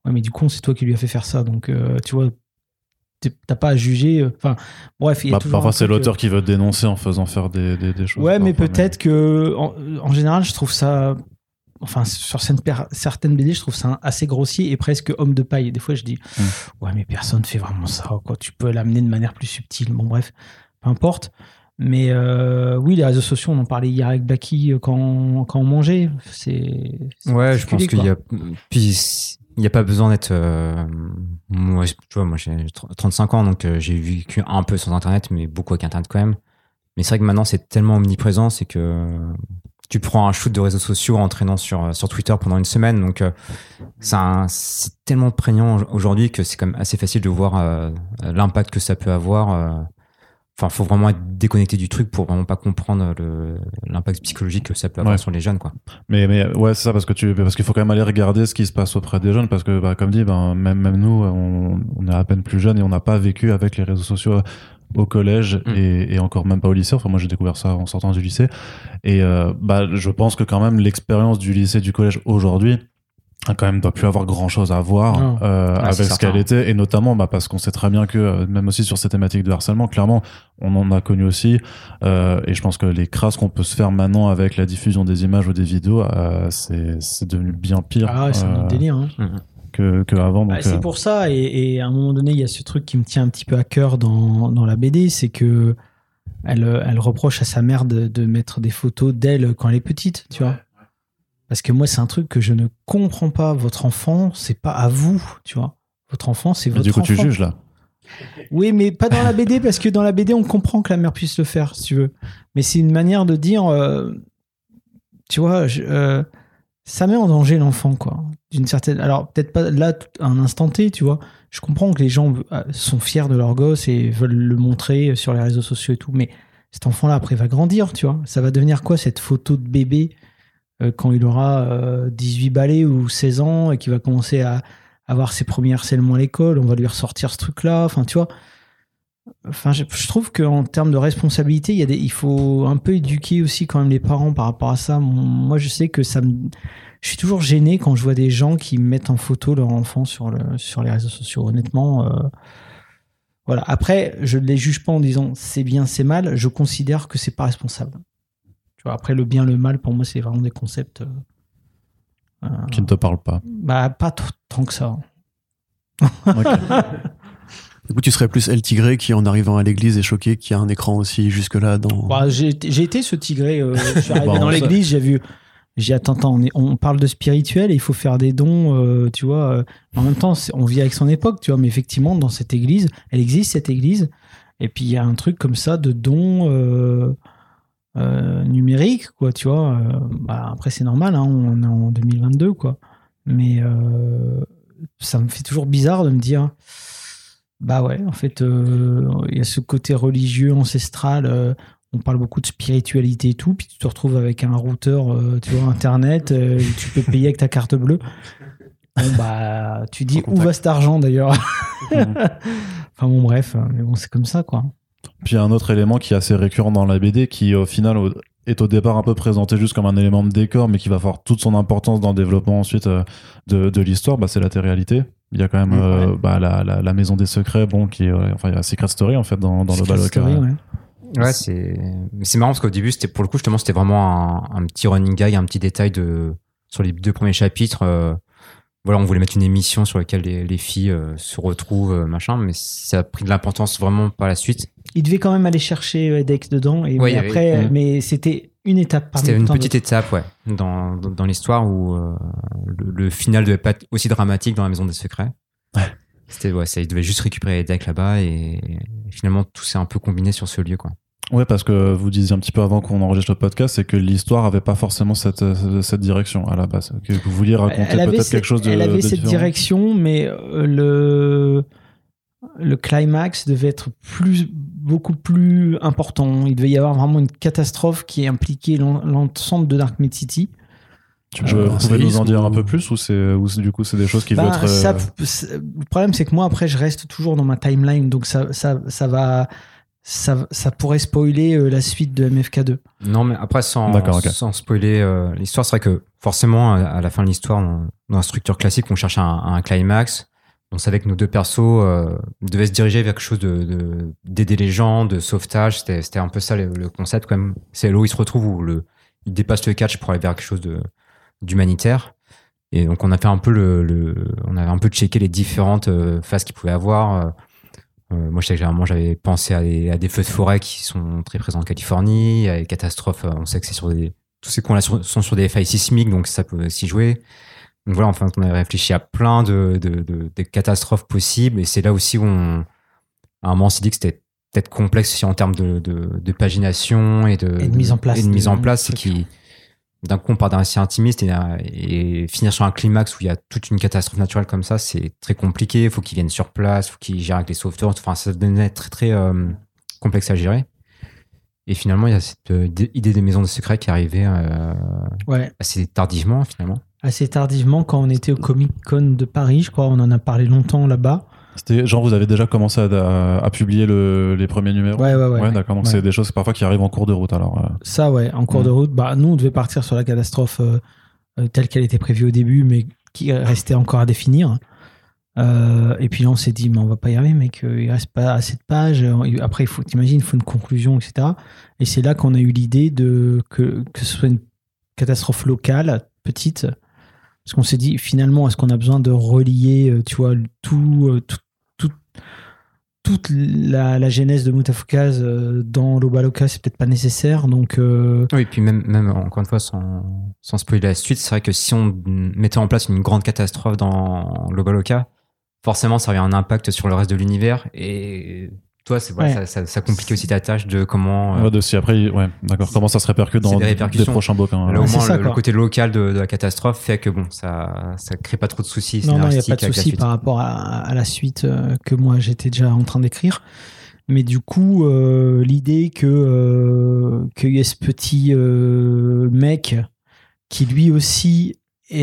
Ouais, mais du coup, c'est toi qui lui as fait faire ça. Donc, euh, tu vois, t'as pas à juger. Enfin, bref, il y a bah, toujours. Parfois, c'est l'auteur que... qui veut te dénoncer en faisant faire des, des, des choses. Ouais, mais parfois, peut-être mais... que, en, en général, je trouve ça. Enfin, sur certaines B D, je trouve ça assez grossier et presque homme de paille. Et des fois, je dis, mmh. ouais, mais personne fait vraiment ça, quoi. Tu peux l'amener de manière plus subtile. Bon, bref, peu importe. Mais euh, oui, les réseaux sociaux, on en parlait hier avec Blacky quand, quand on mangeait. C'est. Ouais, je pense qu'il y a. Puis, il n'y a pas besoin d'être. Euh... Moi, tu vois, moi, j'ai trente-cinq ans, donc euh, j'ai vécu un peu sans Internet, mais beaucoup avec Internet quand même. Mais c'est vrai que maintenant, c'est tellement omniprésent, c'est que. Tu prends un shoot de réseaux sociaux en traînant sur, sur Twitter pendant une semaine. Donc, euh, c'est, un, c'est tellement prégnant aujourd'hui que c'est quand même assez facile de voir euh, l'impact que ça peut avoir. Enfin, il faut vraiment être déconnecté du truc pour vraiment pas comprendre le, l'impact psychologique que ça peut avoir ouais. sur les jeunes, quoi. Mais, mais ouais, c'est ça, parce, que tu, parce qu'il faut quand même aller regarder ce qui se passe auprès des jeunes. Parce que, bah, comme dit, ben, même, même nous, on, on est à peine plus jeunes et on n'a pas vécu avec les réseaux sociaux au collège mmh. et, et encore même pas au lycée. Enfin, moi, j'ai découvert ça en sortant du lycée. Et euh, bah, je pense que quand même l'expérience du lycée, du collège aujourd'hui, quand même, doit plus avoir grand chose à voir euh, ah, avec ce qu'elle était. Et notamment, bah, parce qu'on sait très bien que, même aussi sur ces thématiques de harcèlement, clairement, on en a connu aussi. Euh, et je pense que les crasses qu'on peut se faire maintenant avec la diffusion des images ou des vidéos, euh, c'est, c'est devenu bien pire. Ah ouais, c'est euh, un autre délire. Hein. Mmh. Que, que avant. Donc, bah, c'est euh... pour ça, et, et à un moment donné, il y a ce truc qui me tient un petit peu à cœur dans, dans la B D, c'est que elle, elle reproche à sa mère de, de mettre des photos d'elle quand elle est petite, tu ouais, vois. Ouais. Parce que moi, c'est un truc que je ne comprends pas. Votre enfant, c'est pas à vous, tu vois. Votre enfant, c'est votre enfant. Du coup, enfant. Tu juges là. Oui, mais pas dans la B D, parce que dans la B D, on comprend que la mère puisse le faire, si tu veux. Mais c'est une manière de dire, euh, tu vois, je, euh, ça met en danger l'enfant, quoi. D'une certaine. Alors, peut-être pas là, à un instant T, tu vois. Je comprends que les gens sont fiers de leur gosse et veulent le montrer sur les réseaux sociaux et tout, mais cet enfant-là, après, va grandir, tu vois. Ça va devenir quoi, cette photo de bébé euh, quand il aura euh, dix-huit balais ou seize ans et qu'il va commencer à avoir ses premiers harcèlements à l'école, on va lui ressortir ce truc-là, enfin, tu vois. Enfin, je, je trouve qu'en termes de responsabilité, il, y a des, il faut un peu éduquer aussi quand même les parents par rapport à ça. Moi, je sais que ça me... Je suis toujours gêné quand je vois des gens qui mettent en photo leur enfant sur, le, sur les réseaux sociaux. Honnêtement, euh, voilà. Après, je ne les juge pas en disant c'est bien, c'est mal. Je considère que c'est pas responsable. Tu vois, après, le bien, le mal, pour moi, c'est vraiment des concepts euh, qui ne te parlent pas. Bah, pas t- tant que ça. Okay. Du coup, tu serais plus El Tigré qui, en arrivant à l'église, est choqué qu'il y a un écran aussi jusque-là dans... Bah, j'ai, j'ai été ce Tigré. Euh, je suis arrivé bon, dans l'église, j'ai vu... J'ai attends, attends, on, est, on parle de spirituel et il faut faire des dons, euh, tu vois. Euh, en même temps, on vit avec son époque, tu vois. Mais effectivement, dans cette église, elle existe, cette église. Et puis, il y a un truc comme ça de dons euh, euh, numériques, quoi, tu vois. Euh, bah, après, c'est normal, hein, on est en deux mille vingt-deux, quoi. Mais euh, ça me fait toujours bizarre de me dire... Bah ouais, en fait, il euh, y a ce côté religieux, ancestral. Euh, on parle beaucoup de spiritualité et tout, puis tu te retrouves avec un routeur, euh, tu vois, internet, euh, tu peux payer avec ta carte bleue. Bon, bah, tu dis où va cet argent d'ailleurs. Enfin bon, bref, mais bon, c'est comme ça, quoi. Puis il y a un autre élément qui est assez récurrent dans la B D, qui au final est au départ un peu présenté juste comme un élément de décor, mais qui va avoir toute son importance dans le développement ensuite euh, de, de l'histoire. Bah, c'est la télé-réalité. Il y a quand même mmh, euh, ouais. bah, la, la, la maison des secrets, bon, qui est, enfin, il y a Secret Story en fait dans, dans le Balok. Ouais. Ouais, c'est, c'est marrant parce qu'au début, c'était, pour le coup, justement, c'était vraiment un, un petit running gag, un petit détail de, sur les deux premiers chapitres. Euh, voilà, on voulait mettre une émission sur laquelle les, les filles euh, se retrouvent, euh, machin, mais ça a pris de l'importance vraiment par la suite. Il devait quand même aller chercher Dex dedans, et ouais, mais après, avait, mais c'était une étape parmi C'était une petite d'autres. étape, ouais, dans, dans, dans l'histoire où euh, le, le final devait pas être aussi dramatique dans la maison des secrets. Ouais. C'était, ouais, ça, il devait juste récupérer les decks là-bas, et, et finalement, tout s'est un peu combiné sur ce lieu, quoi. Ouais, parce que vous disiez un petit peu avant qu'on enregistre le podcast, c'est que l'histoire avait pas forcément cette, cette direction à la base. Que vous vouliez raconter peut-être cette, quelque chose de Elle avait de cette différent. direction, mais le, le climax devait être plus, beaucoup plus important. Il devait y avoir vraiment une catastrophe qui impliquait l'ensemble de Dark Mid City. Tu euh, pouvez nous en dire un peu plus, ou c'est, ou c'est, du coup c'est des choses qui bah, vont être... Ça, le problème, c'est que moi, après, je reste toujours dans ma timeline, donc ça, ça, ça va... ça, ça pourrait spoiler euh, la suite de M F K deux. Non, mais après, sans, D'accord, ok. sans spoiler euh, l'histoire, c'est vrai que forcément, à la fin de l'histoire, dans, dans la structure classique, on cherche un, un climax. On savait que nos deux persos euh, devaient se diriger vers quelque chose de, de, d'aider les gens, de sauvetage. C'était, c'était un peu ça le, le concept, quand même. C'est là où ils se retrouvent, où le, ils dépassent le catch pour aller vers quelque chose de, d'humanitaire. Et donc, on a fait un peu le, le on avait un peu checké les différentes euh, phases qu'ils pouvaient avoir. Euh, moi, je sais que généralement, j'avais pensé à des, à des feux de forêt qui sont très présents en Californie, à des catastrophes. On sait que c'est sur des, tous ces cons-là sont sur des failles sismiques, donc ça peut aussi jouer. Donc voilà, enfin, on a réfléchi à plein de, de, de, de catastrophes possibles, et c'est là aussi où on, à un moment, on s'est dit que c'était peut-être complexe aussi en termes de, de, de pagination et de, Et de mise en place. Et de mise en de- place, c'est qui, d'un coup, on part d'un récit intimiste et, et finir sur un climax où il y a toute une catastrophe naturelle comme ça, c'est très compliqué. Il faut qu'ils viennent sur place, il faut qu'ils gèrent avec les sauveteurs. Enfin, ça devenait très, très euh, complexe à gérer. Et finalement, il y a cette euh, idée des maisons de secret qui est arrivée euh, Ouais. assez tardivement, finalement. Assez tardivement, quand on était au Comic Con de Paris, je crois, on en a parlé longtemps là-bas. C'était genre vous avez déjà commencé à, à, à publier le, les premiers numéros. Ouais, ouais, ouais. d'accord. Donc Ouais. c'est des choses parfois qui arrivent en cours de route. Alors. euh. Ça, ouais, en cours Mm. de route. Bah, nous, on devait partir sur la catastrophe euh, euh, telle qu'elle était prévue au début, mais qui restait encore à définir. Euh, et puis là, on s'est dit, mais on va pas y arriver, mec. euh, Il reste pas assez de pages. Après, il faut, t'imagines, il faut une conclusion, et cetera. Et c'est là qu'on a eu l'idée de que, que ce soit une catastrophe locale, petite. Parce qu'on s'est dit, finalement, est-ce qu'on a besoin de relier, euh, tu vois, tout, euh, tout, tout- toute la, la genèse de Mutafukaz euh, dans l'Obaloka, c'est peut-être pas nécessaire. Donc, euh, Oui, et puis même, même encore une fois, sans, sans spoiler la suite, c'est vrai que si on mettait en place une grande catastrophe dans l'Obaloka, forcément, ça aurait un impact sur le reste de l'univers. Et toi, c'est, voilà, Ouais. ça, ça, ça complique aussi ta tâche de comment. euh, Ouais, de si après, ouais, d'accord. Comment ça se répercute dans C'est des des répercussions. prochains bouquins. Là, au c'est moins, ça, le, le quoi. côté local de, de la catastrophe fait que bon, ça, ça crée pas trop de soucis. non, non, il n'y a scénaristiques pas de avec la souci suite. par rapport à, à la suite euh, que moi j'étais déjà en train d'écrire. Mais du coup, euh, l'idée que euh, qu'il y ait ce petit euh, mec qui lui aussi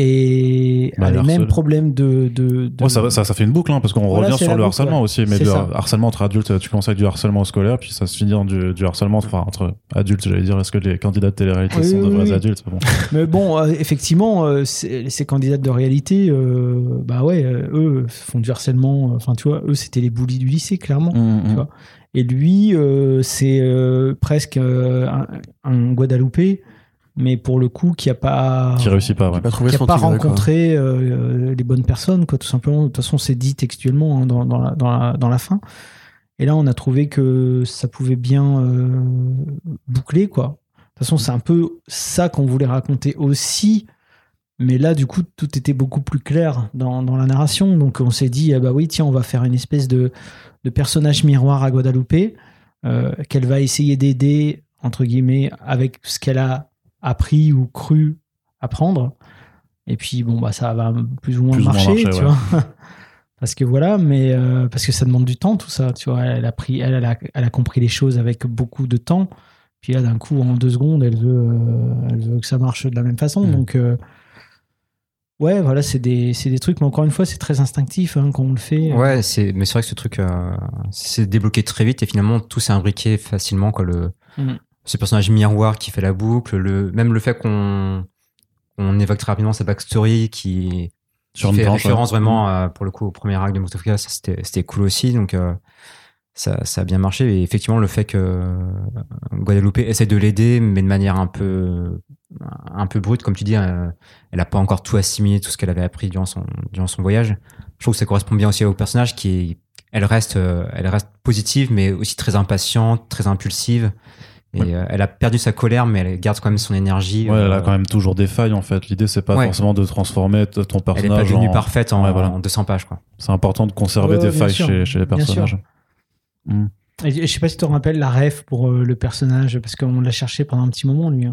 est, Bah, a les harcèle. mêmes problèmes de. de, de- Ouais, ça, ça, ça fait une boucle, hein, parce qu'on Voilà, revient c'est sur la le boucle, harcèlement ouais. aussi, mais C'est du ça. harcèlement entre adultes, tu commences avec du harcèlement scolaire, puis ça se finit dans du, du harcèlement, enfin, entre adultes, j'allais dire, est-ce que les candidats de télé-réalité Oui, sont oui, de vrais oui. adultes bon. Mais bon, euh, effectivement, euh, c'est- ces candidates de réalité, euh, bah ouais, euh, eux font du harcèlement. Enfin, tu vois, eux c'était les bullies du lycée, clairement. Mmh, mmh. vois. Et lui, euh, c'est euh, presque euh, un, un Guadeloupé, mais pour le coup, qui a pas, Qui réussit pas, ouais. J'ai pas trouvé qui a son pas tigre, quoi. rencontré euh, les bonnes personnes, quoi, tout simplement. De toute façon, c'est dit textuellement hein, dans, dans, la, dans, la, dans la fin. Et là, on a trouvé que ça pouvait bien euh, boucler, quoi. De toute façon, c'est un peu ça qu'on voulait raconter aussi. Mais là, du coup, tout était beaucoup plus clair dans, dans la narration. Donc, on s'est dit, ah bah oui, tiens, on va faire une espèce de, de personnage miroir à Guadeloupe euh, qu'elle va essayer d'aider, entre guillemets, avec ce qu'elle a appris ou cru apprendre. Et puis, bon, bah, ça va plus ou moins Plus ou moins marcher, marcher, tu ouais. vois. Parce que voilà, mais euh, parce que ça demande du temps, tout ça. Tu vois, elle a, pris, elle, elle, a, elle a compris les choses avec beaucoup de temps. Puis là, d'un coup, en deux secondes, elle veut, euh, elle veut que ça marche de la même façon. Mmh. Donc, euh, ouais, voilà, c'est des, c'est des trucs, mais encore une fois, c'est très instinctif hein, quand on le fait. Ouais, c'est, mais c'est vrai que ce truc, euh, c'est débloqué très vite et finalement tout s'est imbriqué facilement, quoi. Le, Mhm. ce personnage miroir qui fait la boucle, le, même le fait qu'on, on évoque très rapidement sa backstory qui, qui Sur une fait planche, référence ouais. vraiment à, pour le coup au premier arc de Mutafukaz, ça c'était, c'était cool aussi, donc euh, ça, ça a bien marché. Et effectivement, le fait que euh, Guadeloupe essaie de l'aider, mais de manière un peu, un peu brute, comme tu dis, euh, elle a pas encore tout assimilé, tout ce qu'elle avait appris durant son, durant son voyage. Je trouve que ça correspond bien aussi au personnage qui est, elle reste, euh, elle reste positive, mais aussi très impatiente, très impulsive. Et Ouais. euh, elle a perdu sa colère, mais elle garde quand même son énergie. Ouais, elle a euh, quand même toujours des failles en fait. L'idée c'est pas Ouais. forcément de transformer t- ton elle personnage. est pas devenue en- parfaite en, Ouais, voilà. en deux cents pages, quoi. C'est important de conserver Ouais, des ouais, bien failles sûr. chez, chez les Bien personnages. sûr. Mm. Et je sais pas si tu te rappelles la ref pour euh, le personnage, parce qu'on l'a cherché pendant un petit moment, lui. Hein.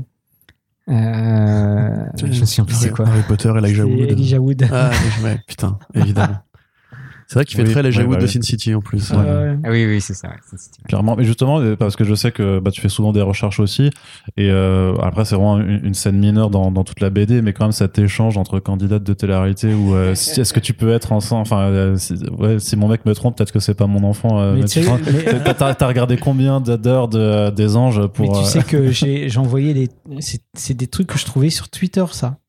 Euh, je me souviens plus c'est Harry, quoi. Harry Potter et Elijah C'est Wood. Elijah Wood. Ah, ouais, putain, évidemment. C'est vrai qu'il fait Oui, très léger ouais, Wood bah de oui. Sin City en plus. Euh, Ouais. ouais. Ah oui, oui, c'est ça. Ouais, c'est- c'est- Clairement, mais justement, euh, parce que je sais que bah, tu fais souvent des recherches aussi, et euh, après c'est vraiment une, une scène mineure dans, dans toute la B D, mais quand même cet échange entre candidates de télé-réalité où euh, si, est-ce que tu peux être ensemble, enfin, euh, si, ouais, si mon mec me trompe, peut-être que c'est pas mon enfant. Euh, Mais mais tu tu sais- vois, mais- t'as, t'as- t'as regardé combien d'heures de, des anges pour. Mais tu euh, sais que j'ai j'ai envoyé des. C'est c'est des trucs que je trouvais sur Twitter, ça.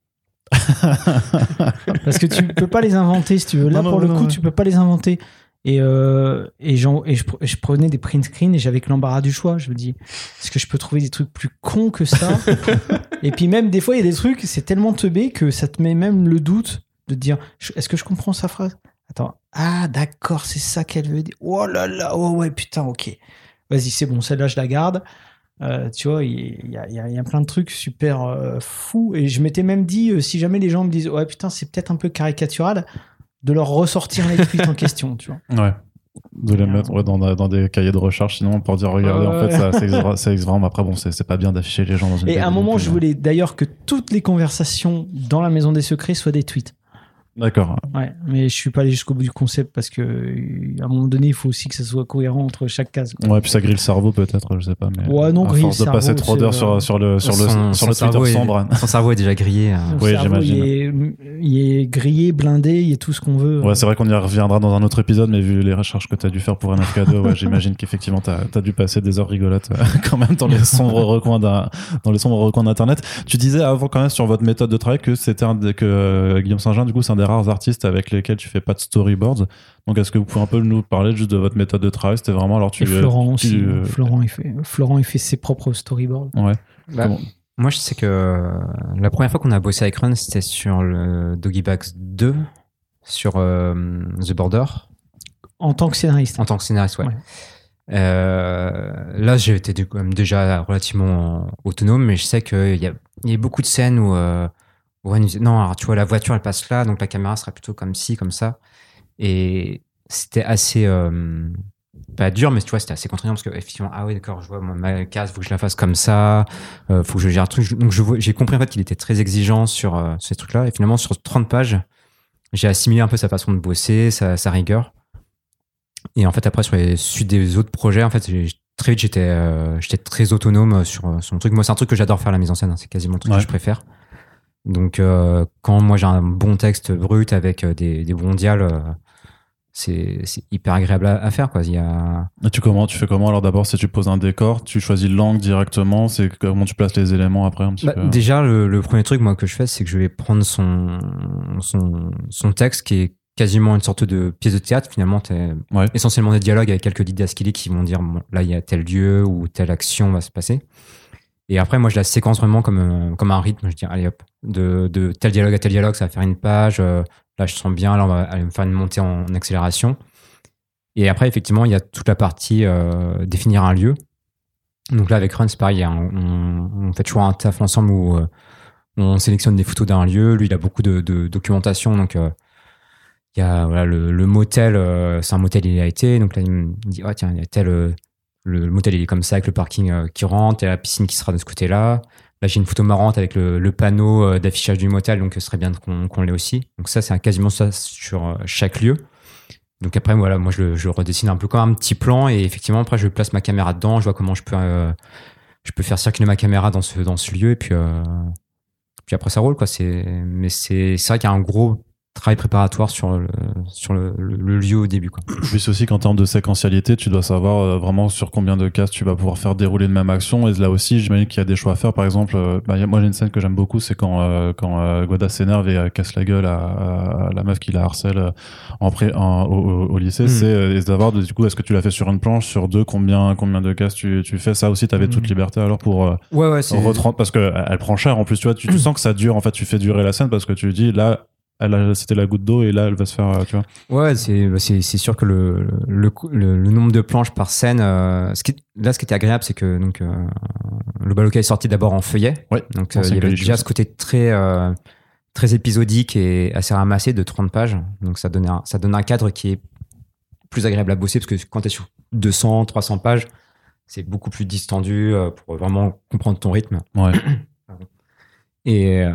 Parce que tu peux pas les inventer si tu veux. Là, Non, non, pour le non, coup, ouais. tu peux pas les inventer. Et, euh, et, j'en- et je, pre- je prenais des print screens et j'avais que l'embarras du choix. Je me dis, est-ce que je peux trouver des trucs plus cons que ça? Et puis même, des fois, il y a des trucs, c'est tellement teubé que ça te met même le doute de te dire, je- est-ce que je comprends sa phrase? Attends, ah d'accord, c'est ça qu'elle veut dire. Oh là là, oh ouais, putain, ok. Vas-y, c'est bon, celle-là, je la garde. Euh, tu vois, il y a, il y a- il y a plein de trucs super euh, fous. Et je m'étais même dit, euh, si jamais les gens me disent, ouais, putain, c'est peut-être un peu caricatural, de leur ressortir les tweets en question, tu vois. Ouais. De les mettre ouais, dans, dans des cahiers de recherche, sinon pour dire regardez, en Ouais. fait ça, ça existe vra- ça existe vraiment. Après, bon, c'est, c'est pas bien d'afficher les gens dans une Et B D à un non moment, plus, je mais- voulais d'ailleurs que toutes les conversations dans la Maison des Secrets soient des tweets. D'accord. Ouais, mais je suis pas allé jusqu'au bout du concept parce que euh, à un moment donné, il faut aussi que ça soit cohérent entre chaque case. Ouais, puis ça grille le cerveau peut-être, je sais pas. Mais Ouais, non, à grille force le de passer cerveau, trop c'est, d'heures euh, sur, sur le, sur le, Son- sur son le cerveau Twitter est- sombre. Son cerveau est déjà grillé. hein. Mon Oui, cerveau, j'imagine. Il est, il est grillé, blindé, il y a tout ce qu'on veut. Ouais, c'est vrai qu'on y reviendra dans un autre épisode, mais vu les recherches que tu as dû faire pour N F K deux, ouais, j'imagine qu'effectivement tu as dû passer des heures rigolotes euh, quand même dans les sombres recoins d'un, dans les sombres recoins d'internet. Tu disais avant quand même sur votre méthode de travail que c'était un des, que euh, Guillaume Saint-Jean, du coup, c'est un des rares artistes avec lesquels tu fais pas de storyboards. Donc est-ce que vous pouvez un peu nous parler juste de votre méthode de travail? C'était vraiment alors tu Et Florent tu- aussi. euh, Florent, il fait, Florent, il fait ses propres storyboards. Ouais. Bah, Comment- Moi, je sais que euh, la première fois qu'on a bossé avec Run, c'était sur le Doggy Bags deux, sur euh, The Border, En tant que scénariste. en tant que scénariste, ouais. Ouais. Euh, là, j'ai été du- quand même déjà relativement autonome, mais je sais qu'il y a, il y a beaucoup de scènes où, euh, où Run nous disait, non, alors tu vois, la voiture, elle passe là, donc la caméra sera plutôt comme ci, comme ça. Et c'était assez... euh, pas dur, mais tu vois, c'était assez contraignant parce que effectivement, ah oui, d'accord, je vois moi, ma case, faut que je la fasse comme ça, euh, faut que je gère un truc. Donc je vois, j'ai compris en fait qu'il était très exigeant sur euh, ces trucs-là. Et finalement, sur trente pages, j'ai assimilé un peu sa façon de bosser, sa, sa rigueur. Et en fait, après, sur les suites des autres projets, en fait, j'ai- très vite, j'étais, euh, j'étais très autonome sur, sur mon truc. Moi, c'est un truc que j'adore faire, la mise en scène. hein. C'est quasiment le truc Ouais. que je préfère. Donc, euh, quand moi j'ai un bon texte brut avec euh, des, des bons dialogues, euh, c'est, c'est hyper agréable à, à faire, quoi. Il y a, Et tu comment tu fais comment alors d'abord si tu poses un décor, tu choisis l'angle directement, c'est comment tu places les éléments après un petit Bah, peu. déjà, le, le premier truc moi que je fais, c'est que je vais prendre son son son texte qui est quasiment une sorte de pièce de théâtre. Finalement, t'es Ouais. essentiellement des dialogues avec quelques didascalies qui vont dire bon, là il y a tel lieu ou telle action va se passer. Et après, moi, je la séquence vraiment comme un, comme un rythme. Je dis allez hop, de, de tel dialogue à tel dialogue, ça va faire une page. Euh, là, je sens bien. Là, on va aller me faire une montée en, en accélération. Et après, effectivement, il y a toute la partie euh, définir un lieu. Donc là, avec Run, c'est pareil. On, on, on fait toujours un taf ensemble où euh, on sélectionne des photos d'un lieu. Lui, il a beaucoup de, de documentation. Donc, euh, il y a voilà, le, le motel. Euh, c'est un motel, il a été. Donc là, il me dit oh, tiens, il y a tel. Euh, le, le motel, il est comme ça, avec le parking euh, qui rentre. Il y a la piscine qui sera de ce côté-là. Là, j'ai une photo marrante avec le, le panneau euh, d'affichage du motel. Donc, ce serait bien qu'on, qu'on l'ait aussi. Donc, ça, c'est un- quasiment ça sur euh, chaque lieu. Donc après, voilà, moi, je, le- je redessine un peu comme un petit plan et effectivement, après, je place ma caméra dedans, je vois comment je peux, euh, je peux faire circuler ma caméra dans ce, dans ce lieu et puis, euh, puis après, ça roule, quoi. C'est, mais c'est, c'est vrai qu'il y a un gros travail préparatoire sur le, sur le, le, le lieu au début, quoi. Plus aussi qu'en termes de séquentialité, tu dois savoir euh, vraiment sur combien de cases tu vas pouvoir faire dérouler une même action. Et là aussi, j'imagine qu'il y a des choix à faire. Par exemple, euh, bah, y a- moi j'ai une scène que j'aime beaucoup, c'est quand euh, quand euh, Gwada s'énerve et euh, casse la gueule à, à la meuf qui la harcèle euh, en pré, en, au, au- au lycée. Mm. C'est euh, et d'avoir du coup, est-ce que tu l'as fait sur une planche, sur deux, combien combien de cases tu, tu fais ça aussi. T'avais Mm. toute liberté alors pour euh, Ouais, ouais, c'est, retrans- parce que euh, elle prend cher en plus. Tu vois, tu, tu sens que ça dure. En fait, tu fais durer la scène parce que tu dis là. Elle a, c'était la goutte d'eau et là elle va se faire euh, tu vois. ouais, c'est, c'est, c'est sûr que le, le, le, le nombre de planches par scène, euh, ce qui, là, ce qui était agréable, c'est que, donc, euh, le Baloka est sorti d'abord en feuillet. Ouais. Donc, En euh, il y avait Syncology déjà aussi. ce côté très, euh, très épisodique et assez ramassé de trente pages. Donc, ça donnait un, ça donne un cadre qui est plus agréable à bosser parce que quand tu es sur deux cents, trois cents pages, c'est beaucoup plus distendu euh, pour vraiment comprendre ton rythme. Ouais. Et, euh,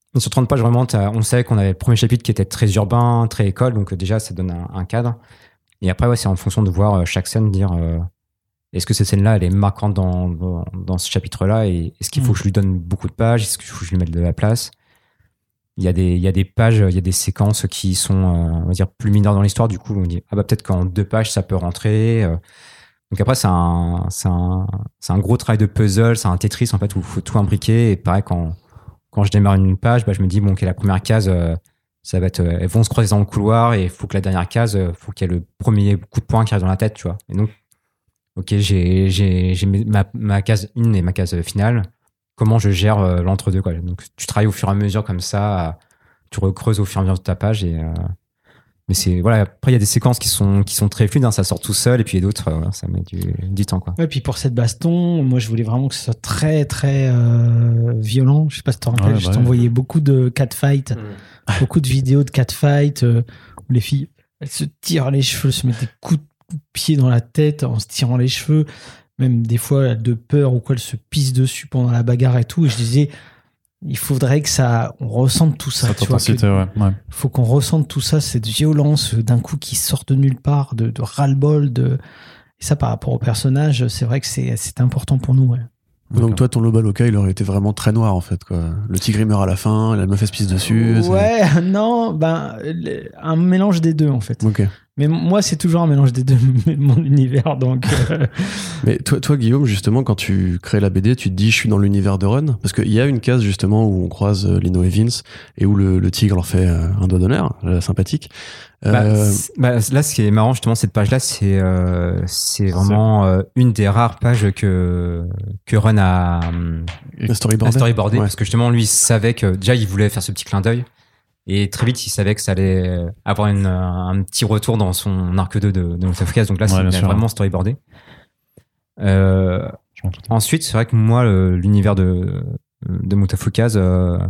sur trente pages, vraiment, on savait qu'on avait le premier chapitre qui était très urbain, très école, donc déjà, ça donne un, un cadre. Et après, ouais, c'est en fonction de voir chaque scène, dire euh, est-ce que cette scène-là, elle est marquante dans, dans, dans ce chapitre-là, et est-ce qu'il faut mmh. que je lui donne beaucoup de pages, est-ce qu'il faut que je lui mette de la place. Il y a des, il y a des pages, il y a des séquences qui sont, euh, on va dire, plus mineures dans l'histoire, du coup, on dit, ah bah peut-être qu'en deux pages, ça peut rentrer. Euh. Donc après, c'est un, c'est un, c'est un gros travail de puzzle, c'est un Tetris, en fait, où il faut tout imbriquer, et pareil, quand, quand je démarre une page, bah, je me dis, bon, ok, la première case, euh, ça va être, elles vont se croiser dans le couloir et il faut que la dernière case, il faut qu'il y ait le premier coup de poing qui arrive dans la tête, tu vois. Et donc, ok, j'ai, j'ai, j'ai ma, ma case une et ma case finale. Comment je gère euh, l'entre-deux, quoi. Donc, tu travailles au fur et à mesure comme ça, tu recreuses au fur et à mesure de ta page. Et, euh, mais c'est, voilà, après, il y a des séquences qui sont, qui sont très fluides, hein, ça sort tout seul, et puis il y a d'autres, euh, ça met du, du temps, quoi. Ouais, puis pour cette baston, moi, je voulais vraiment que ce soit très, très euh, violent. Je sais pas si tu te rappelles, ouais, je bah t'envoyais ouais. beaucoup de catfight. Mmh. Beaucoup de vidéos de catfight euh, où les filles elles se tirent les cheveux, se mettent des coups de pied dans la tête en se tirant les cheveux, même des fois de peur ou quoi, elles se pissent dessus pendant la bagarre et tout. Et je disais, il faudrait que ça, on ressente tout ça. Tu vois, que, ouais, ouais. faut qu'on ressente tout ça, cette violence d'un coup qui sort de nulle part, de, de ras-le-bol, de et ça par rapport au personnage, c'est vrai que c'est, c'est important pour nous. Ouais. Donc toi, ton Lobaloka, il aurait été vraiment très noir en fait, quoi. Le tigre il meurt à la fin, la meuf elle se pisse dessus. Ouais, c'est... non, ben un mélange des deux en fait. Ok. Mais moi, c'est toujours un mélange des deux, mon univers, donc. Euh... Mais toi, toi, Guillaume, justement, quand tu crées la B D, tu te dis, je suis dans l'univers de Run, parce qu'il y a une case justement où on croise Lino et Vince et où le, le tigre leur fait un doigt d'honneur, euh, sympathique. Bah, euh... bah, là, ce qui est marrant justement, cette page-là, c'est euh, c'est vraiment euh, une des rares pages que que Run a, a storyboardé, storyboardé, ouais. Parce que justement, lui, il savait que déjà, il voulait faire ce petit clin d'œil. Et très vite, il savait que ça allait avoir une, un petit retour dans son arc deux de, de Mutafukaz. Donc là, ouais, c'est vraiment storyboardé. Euh, ensuite, c'est vrai que moi, le, l'univers de, de Mutafukaz, euh,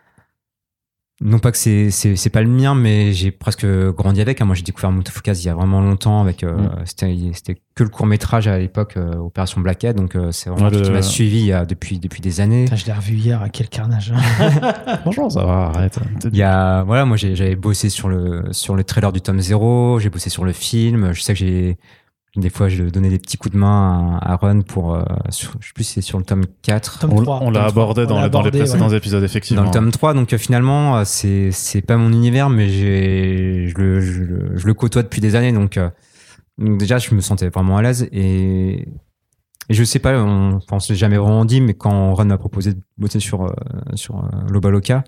non pas que c'est, c'est, c'est pas le mien, mais j'ai presque grandi avec. Hein. Moi, j'ai découvert Mutafukaz il y a vraiment longtemps. Avec, euh, mm. c'était, c'était que le court-métrage à l'époque, euh, Opération Blackhead. Donc, euh, c'est vraiment ouais, le... qui m'a suivi euh, depuis, depuis des années. Putain, je l'ai revu hier, à quel carnage. Franchement, ça va, arrête. Il y a, voilà, moi, j'ai, j'avais bossé sur le, sur le trailer du tome zéro, j'ai bossé sur le film. Je sais que j'ai, des fois, je donnais des petits coups de main à, à Run pour, euh, sur, je sais plus si c'est sur le tome quatre. Tome on, trois, on l'a tome abordé, dans, on l'a abordé dans les précédents ouais. épisodes, effectivement. Dans le tome trois, donc finalement, c'est, c'est pas mon univers, mais j'ai, je le, je, je le côtoie depuis des années, donc, euh, donc déjà, je me sentais vraiment à l'aise et, et je sais pas, on, on s'est jamais vraiment dit, mais quand Run m'a proposé de bosser sur, euh, sur euh, Lobaloka,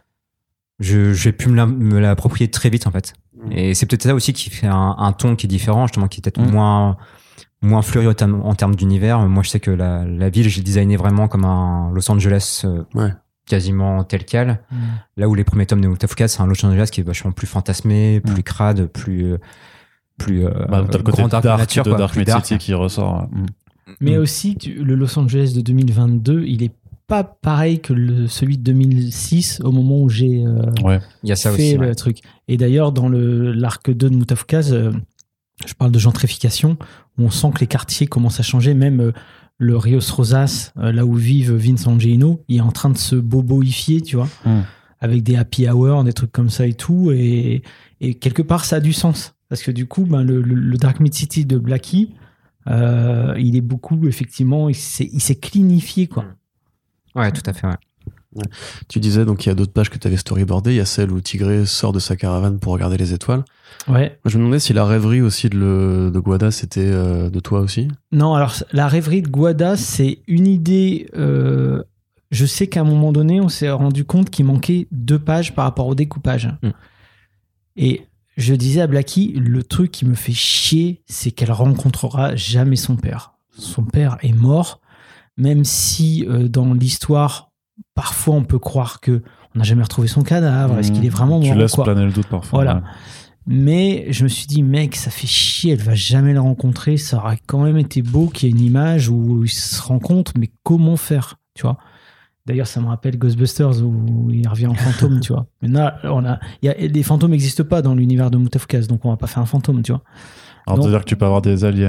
je, j'ai pu me, la, me l'approprier très vite, en fait. Et c'est peut-être ça aussi qui fait un, un ton qui est différent, justement, qui est peut-être mmh. moins, moins fleuri en termes, en termes d'univers. Moi, je sais que la, la ville, je l'ai designé vraiment comme un Los Angeles euh, ouais. quasiment tel quel. Mmh. Là où les premiers tomes de Mutafukaz, c'est un Los Angeles qui est vachement plus fantasmé, plus mmh. crade, plus, plus euh, bah, t'as le côté grand dark, dark nature, de quoi, Dark Mid City qui ressort. Mmh. Mais mmh. aussi, tu, le Los Angeles de deux mille vingt-deux, il est pas pareil que le, celui de deux mille six au moment où j'ai euh, ouais. Il y a ça fait aussi, le ouais. truc. Et d'ailleurs, dans le, l'arc deux de Mutafukaz, euh, je parle de gentrification, où on sent que les quartiers commencent à changer, même euh, le Rios Rosas, euh, là où vivent Vince Angelino, il est en train de se boboifier, tu vois, mm. avec des happy hours, des trucs comme ça et tout, et, et quelque part, ça a du sens. Parce que du coup, ben, le, le, le Dark Mid City de Blackie, euh, il est beaucoup, effectivement, il s'est, il s'est cleanifié, quoi. Ouais, tout à fait, ouais. Ouais. Tu disais donc il y a d'autres pages que tu avais storyboardées. Il y a celle où Tigré sort de sa caravane pour regarder les étoiles. Ouais. Moi, je me demandais si la rêverie aussi de, le, de Guada, c'était euh, de toi aussi. Non, alors la rêverie de Guada, c'est une idée. Euh, je sais qu'à un moment donné, on s'est rendu compte qu'il manquait deux pages par rapport au découpage. Mm. Et je disais à Blackie, le truc qui me fait chier, c'est qu'elle rencontrera jamais son père. Son père est mort. Même si euh, dans l'histoire, parfois on peut croire que on n'a jamais retrouvé son cadavre, mmh, est-ce qu'il est vraiment mort? Tu laisses quoi. planer le doute parfois. Voilà. Ouais. Mais je me suis dit, mec, ça fait chier, elle va jamais le rencontrer. Ça aurait quand même été beau qu'il y ait une image où ils se rencontrent, mais comment faire, tu vois? D'ailleurs, ça me rappelle Ghostbusters où il revient en fantôme, tu vois. Mais là, on a, y a, les fantômes n'existent pas dans l'univers de Mutafukaz, donc on va pas faire un fantôme, tu vois. Alors, donc, c'est-à-dire que tu peux avoir des aliens.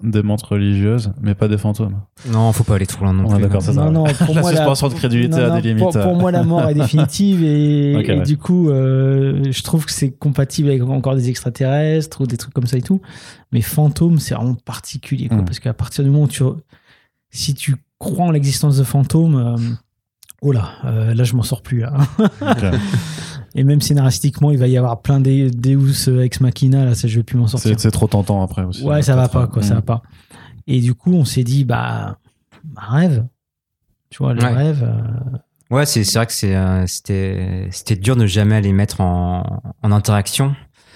des montres religieuses, mais pas des fantômes. Non, faut pas aller trop loin non Ouais, plus. d'accord, ça, ça Non, non, pour la moi, la, suspension de crédulité non, a non, des limites. Pour, pour moi, la mort est définitive et, Ok, et ouais. du coup, euh, je trouve que c'est compatible avec encore des extraterrestres ou des trucs comme ça et tout. Mais fantôme, c'est vraiment particulier, quoi, Mm. parce qu'à partir du moment où tu, si tu crois en l'existence de fantômes, euh, oh là, euh, là, je m'en sors plus. Là. Ok. Et même scénaristiquement, il va y avoir plein de Deus Ex Machina, là, ça, je vais plus m'en sortir. C'est, c'est trop tentant après aussi. Ouais, ça va Peut-être, pas, quoi, euh, ça mm. va pas. Et du coup, on s'est dit, bah, bah rêve. Tu vois, le Ouais. rêve. euh, Ouais, c'est, c'est vrai que c'est, euh, c'était, c'était dur de jamais les mettre en, en interaction.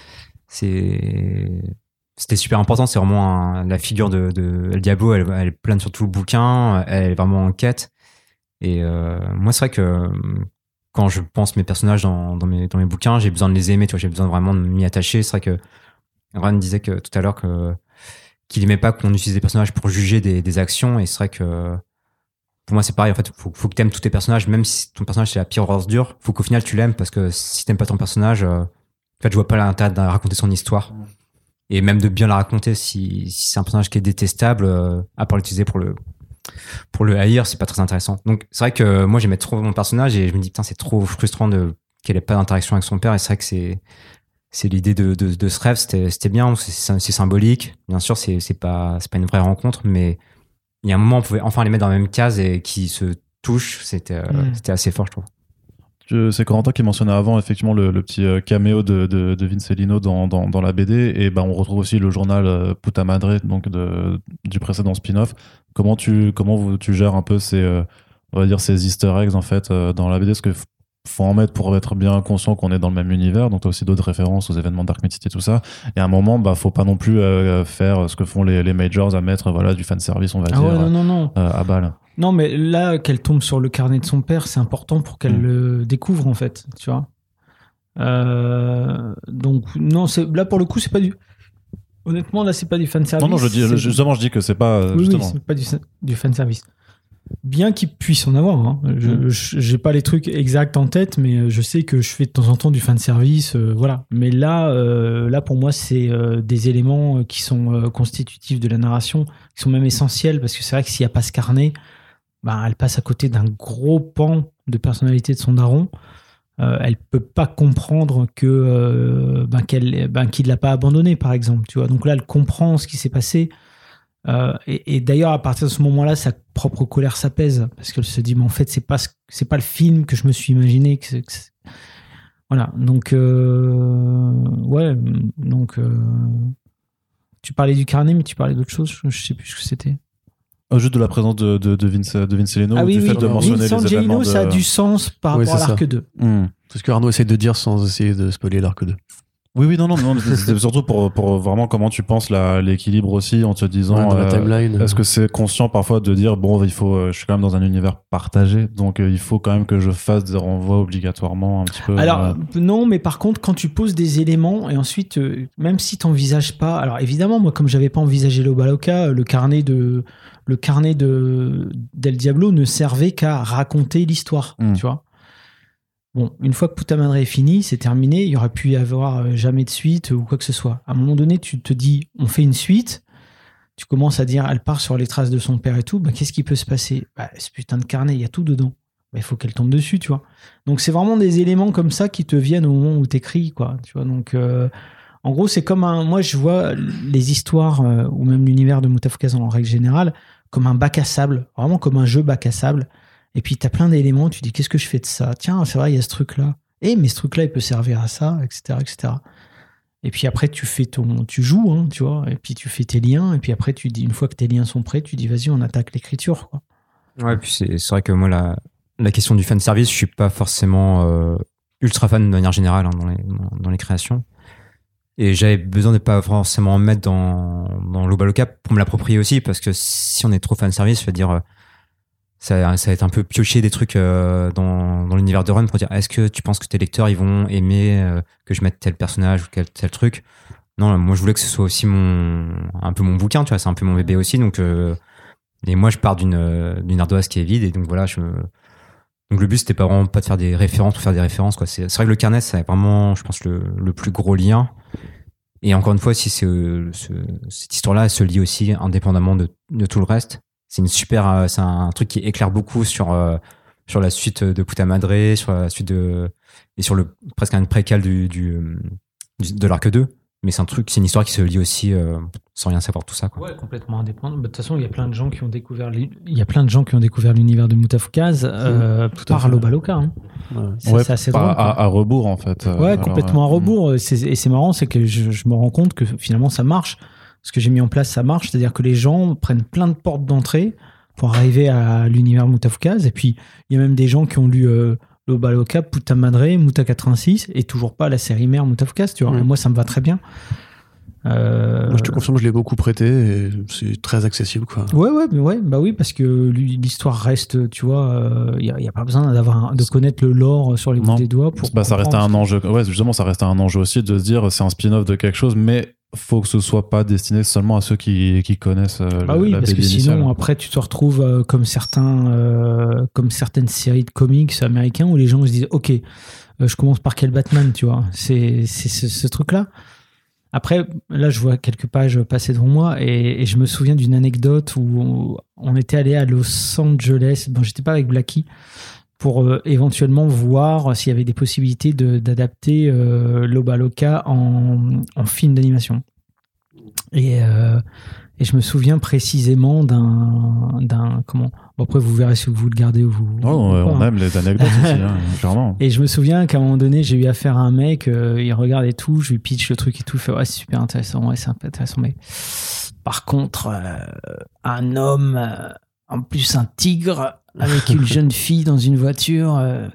C'est, c'était super important. C'est vraiment un- la figure de, de El Diablo. Elle, elle plane sur tout le bouquin. Elle est vraiment en quête. Et euh, moi, c'est vrai que euh, quand je pense mes personnages dans, dans, mes, dans mes bouquins, j'ai besoin de les aimer. Tu vois, j'ai besoin vraiment de m'y attacher. C'est vrai que Ron disait que tout à l'heure que qu'il aimait pas qu'on utilise des personnages pour juger des, des actions. Et c'est vrai que pour moi, c'est pareil. En fait, faut, faut que t'aimes tous tes personnages, même si ton personnage c'est la pire ordure. Faut qu'au final tu l'aimes parce que si t'aimes pas ton personnage, euh, en fait, je vois pas l'intérêt de raconter son histoire et même de bien la raconter. Si, si c'est un personnage qui est détestable, euh, à part l'utiliser pour le pour le haïr, c'est pas très intéressant. Donc c'est vrai que moi j'aimais trop mon personnage et je me dis putain c'est trop frustrant de qu'elle ait pas d'interaction avec son père. Et c'est vrai que c'est c'est l'idée de, de, de ce rêve. C'était c'était bien. C'est, c'est symbolique. Bien sûr, c'est c'est pas c'est pas une vraie rencontre, mais il y a un moment, on pouvait enfin les mettre dans la même case et qui se touchent. C'était, euh, Mm. c'était assez fort, je trouve. Je- C'est Corentin qui mentionnait avant effectivement le, le petit euh, caméo de, de, de Vince Lino dans, dans, dans la B D et ben on retrouve aussi le journal euh, Puta Madre donc de, du précédent spin-off. Comment tu comment vous, tu gères un peu ces euh, on va dire ces Easter eggs en fait euh, dans la B D parce que f- faut en mettre pour être bien conscient qu'on est dans le même univers, donc t'as aussi d'autres références aux événements Dark Mythicity et tout ça. Et à un moment, bah faut pas non plus euh, faire ce que font les, les majors à mettre voilà du fan service on va Ah dire ouais, non, non, non. euh, à balle. Non, mais là, qu'elle tombe sur le carnet de son père, c'est important pour qu'elle Mm. le découvre, en fait, tu vois. Euh, donc, non, c'est, là, pour le coup, c'est pas du... Honnêtement, là, c'est pas du fanservice. Non non je dis c'est- justement je dis que c'est pas euh, Oui, oui, justement. c'est pas du, du fanservice. Bien qu'il puisse en avoir. Hein. Je, Mm. je- j'ai pas les trucs exacts en tête, mais je sais que je fais de temps en temps du fanservice, euh, voilà. Mais là, euh, là, pour moi, c'est euh, des éléments qui sont euh, constitutifs de la narration, qui sont même essentiels, parce que c'est vrai que s'il n'y a pas ce carnet, bah, elle passe à côté d'un gros pan de personnalité de son daron. Euh, elle peut pas comprendre que euh, ben, qu'elle, ben, qu'il l'a pas abandonné, par exemple. Tu vois. Donc là, elle comprend ce qui s'est passé. Euh, et, et d'ailleurs, à partir de ce moment-là, sa propre colère s'apaise parce qu'elle se dit, mais en fait, c'est pas ce- c'est pas le film que je me suis imaginé. Que c'est- que c'est- Voilà. Donc, euh, ouais. Donc, euh, tu parlais du carnet, mais tu parlais d'autre chose. Je, je sais plus ce que c'était. Euh, juste de la présence de, de, de Vince de Vince Lino Ah ou oui, du oui. fait de mentionner Vince les événements Angelino, de... ça a du sens par Oui, rapport à c'est l'arc ça. deux. Hmm. C'est ce que Arnaud essaie de dire sans essayer de spoiler l'arc deux. Oui, oui, non, non, non, mais c'était surtout pour, pour vraiment comment tu penses la, l'équilibre aussi en te disant Ouais, dans la euh, timeline. est-ce que c'est conscient parfois de dire bon, il faut, euh, je suis quand même dans un univers partagé, donc euh, il faut quand même que je fasse des renvois obligatoirement un petit peu. Alors, euh, non, mais par contre, quand tu poses des éléments et ensuite, euh, même si tu n'envisages pas. Alors, évidemment, moi, comme j'avais pas envisagé l'Obaloka, le carnet de. Le carnet de d'El Diablo ne servait qu'à raconter l'histoire, Mm. tu vois. Bon, une fois que Puta Madre est fini, c'est terminé, il y aurait pu y avoir euh, jamais de suite ou quoi que ce soit. À un moment donné, tu te dis, on fait une suite, tu commences à dire, elle part sur les traces de son père et tout, bah, qu'est-ce qui peut se passer? Bah, ce putain de carnet, il y a tout dedans. Bah, il faut qu'elle tombe dessus, tu vois. Donc c'est vraiment des éléments comme ça qui te viennent au moment où t'écris, quoi. Tu vois, donc euh, en gros, c'est comme un. Moi, je vois les histoires euh, ou même l'univers de Mutafukaz en règle générale comme un bac à sable, vraiment comme un jeu bac à sable. Et puis t'as plein d'éléments, tu dis qu'est-ce que je fais de ça? Tiens, c'est vrai, il y a ce truc-là. Eh, mais ce truc-là, il peut servir à ça, et cetera, et cetera. Et puis après, tu fais ton, tu joues, hein, tu vois. Et puis tu fais tes liens. Et puis après, tu dis une fois que tes liens sont prêts, tu dis vas-y, on attaque l'écriture, quoi. Ouais, puis c'est, c'est vrai que moi, la, la question du fan service, je suis pas forcément euh, ultra fan de manière générale hein, dans, les, dans, dans les créations. Et j'avais besoin de pas forcément en mettre dans, dans l'Obaloka pour me l'approprier aussi, parce que si on est trop fan service, je veux dire, ça, ça va être un peu piocher des trucs euh, dans, dans l'univers de Run pour dire est-ce que tu penses que tes lecteurs ils vont aimer euh, que je mette tel personnage ou tel, tel truc. Non, moi je voulais que ce soit aussi mon un peu mon bouquin, tu vois, c'est un peu mon bébé aussi, donc euh, et moi je pars d'une d'une ardoise qui est vide et donc voilà, je donc le but c'était pas vraiment pas de faire des références pour faire des références quoi. C'est, c'est vrai que le carnet c'est vraiment je pense le, le plus gros lien Et encore une fois, si c'est, ce, cette histoire-là elle se lie aussi indépendamment de, de tout le reste, c'est une super, c'est un truc qui éclaire beaucoup sur euh, sur la suite de Puta Madre, sur la suite de et sur le presque un préquel du, du, du de l'arc deux. Mais c'est un truc, c'est une histoire qui se lit aussi euh, sans rien savoir tout ça, quoi. Ouais, complètement indépendant. De toute façon, il y a plein de gens qui ont découvert, il y a plein de gens qui ont découvert l'univers de Mutafukaz euh, par Lobaloka. Hein. Ouais, c'est, ouais, c'est assez par, drôle. À, à rebours en fait. Ouais, alors, complètement à rebours. Euh, c'est, et c'est marrant, c'est que je, je me rends compte que finalement ça marche. Ce que j'ai mis en place, ça marche. C'est-à-dire que les gens prennent plein de portes d'entrée pour arriver à l'univers Mutafukaz. Et puis il y a même des gens qui ont lu euh, Lobaloka, Puta Madre, Muta quatre-vingt-six et toujours pas la série mère Mutafukaz. Tu vois. Mmh. Et moi, ça me va très bien. Euh... Moi, je te confirme, je l'ai beaucoup prêté et c'est très accessible, quoi. Ouais, ouais, ouais, bah oui, parce que l'histoire reste, tu vois, il euh, n'y a, a pas besoin d'avoir un, de connaître le lore sur les bouts des doigts pour. Bah, ça reste un enjeu. Ouais, justement, ça reste un enjeu aussi de se dire c'est un spin-off de quelque chose, mais faut que ce soit pas destiné seulement à ceux qui, qui connaissent. Euh, ah oui, la parce que initiale. sinon, après, tu te retrouves euh, comme certains, euh, comme certaines séries de comics américains où les gens se disent, ok, euh, je commence par quel Batman, tu vois. C'est, c'est ce, ce truc-là. Après, là, je vois quelques pages passer devant moi et, et je me souviens d'une anecdote où on était allé à Los Angeles. Bon, j'étais pas avec Blackie pour euh, éventuellement voir s'il y avait des possibilités de, d'adapter euh, Lobaloka en, en film d'animation. Et, euh, et je me souviens précisément d'un, d'un comment. Bon, après, vous verrez si vous le gardez ou vous. Oh, on, ou on pas, aime hein. les anecdotes aussi, hein, clairement. Et je me souviens qu'à un moment donné, j'ai eu affaire à un mec, euh, il regarde et tout, je lui pitch le truc et tout, il fait ouais, c'est super intéressant, ouais, c'est intéressant, mais par contre, euh, un homme, euh, en plus un tigre, avec une jeune fille dans une voiture, euh,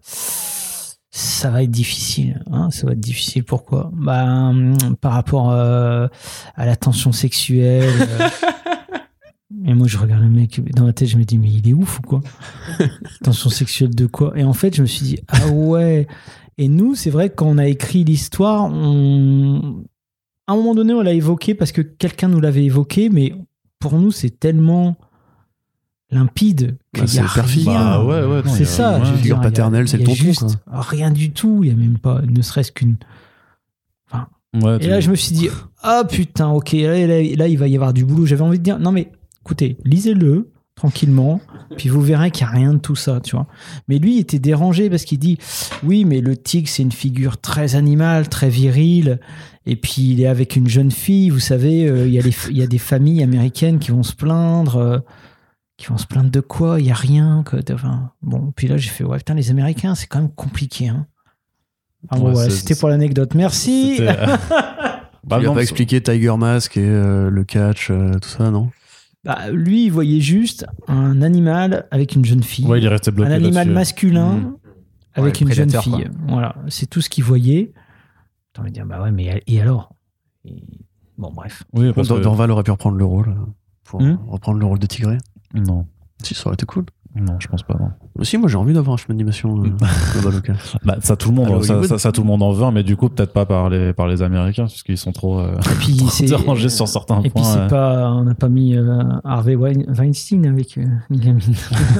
ça va être difficile. Hein, ça va être difficile. Pourquoi ? Bah, par rapport euh, à la tension sexuelle. Euh, et moi, je regarde le mec dans ma tête, je me dis, mais il est ouf ou quoi ? Tension sexuelle de quoi ? Et en fait, je me suis dit, ah ouais. Et nous, c'est vrai que quand on a écrit l'histoire, on... à un moment donné, on l'a évoqué parce que quelqu'un nous l'avait évoqué, mais pour nous, c'est tellement limpide qu'il bah, y a perfide. rien. Bah, ouais, ouais, non, c'est y a, ça. ouais, je veux figure dire, paternelle, c'est il y a, le il y a tonton, juste rien du tout. Il y a même pas, ne serait-ce qu'une. Enfin. Ouais, Et tu... là, je me suis dit, ah putain, ok, là, là, là, il va y avoir du boulot. J'avais envie de dire, non mais, écoutez, lisez-le tranquillement, puis vous verrez qu'il n'y a rien de tout ça, tu vois. Mais lui, il était dérangé parce qu'il dit, oui, mais le tigre, c'est une figure très animale, très virile, et puis il est avec une jeune fille, vous savez, euh, il y a les, il y a des familles américaines qui vont se plaindre, euh, qui vont se plaindre de quoi ? Il n'y a rien. Que, enfin, bon, puis là, j'ai fait, ouais, putain, les Américains, c'est quand même compliqué, hein. Ah, bon, Ouais, voilà, c'est, c'était c'est... pour l'anecdote. Merci. C'était... bah, il n'a pas expliqué Tiger Mask et euh, le catch, euh, tout ça, non ? Bah, lui, il voyait juste un animal avec une jeune fille. Ouais, il est resté bloqué un animal là-dessus. masculin Mmh. avec Ouais, une jeune prédateur, fille. Quoi. Voilà, c'est tout ce qu'il voyait. T'as envie de dire, bah ouais, mais et alors et... Bon, bref. Oui, parce Dor- que... Dorval aurait pu reprendre le rôle pour Hmm reprendre le rôle de Tigré. Non. Si, ça aurait été cool. Non, je pense pas, non. Mais si, moi j'ai envie d'avoir un film d'animation euh, Lobaloka. Bah, ça, tout le monde, Alors, ça, Hollywood. ça, ça, tout le monde en veut, mais du coup, peut-être pas par les, par les Américains, puisqu'ils sont trop, euh, Et puis, trop c'est... dérangés sur certains Et points. puis, c'est euh. pas... on n'a pas mis euh, Harvey Weinstein avec euh, une gamine.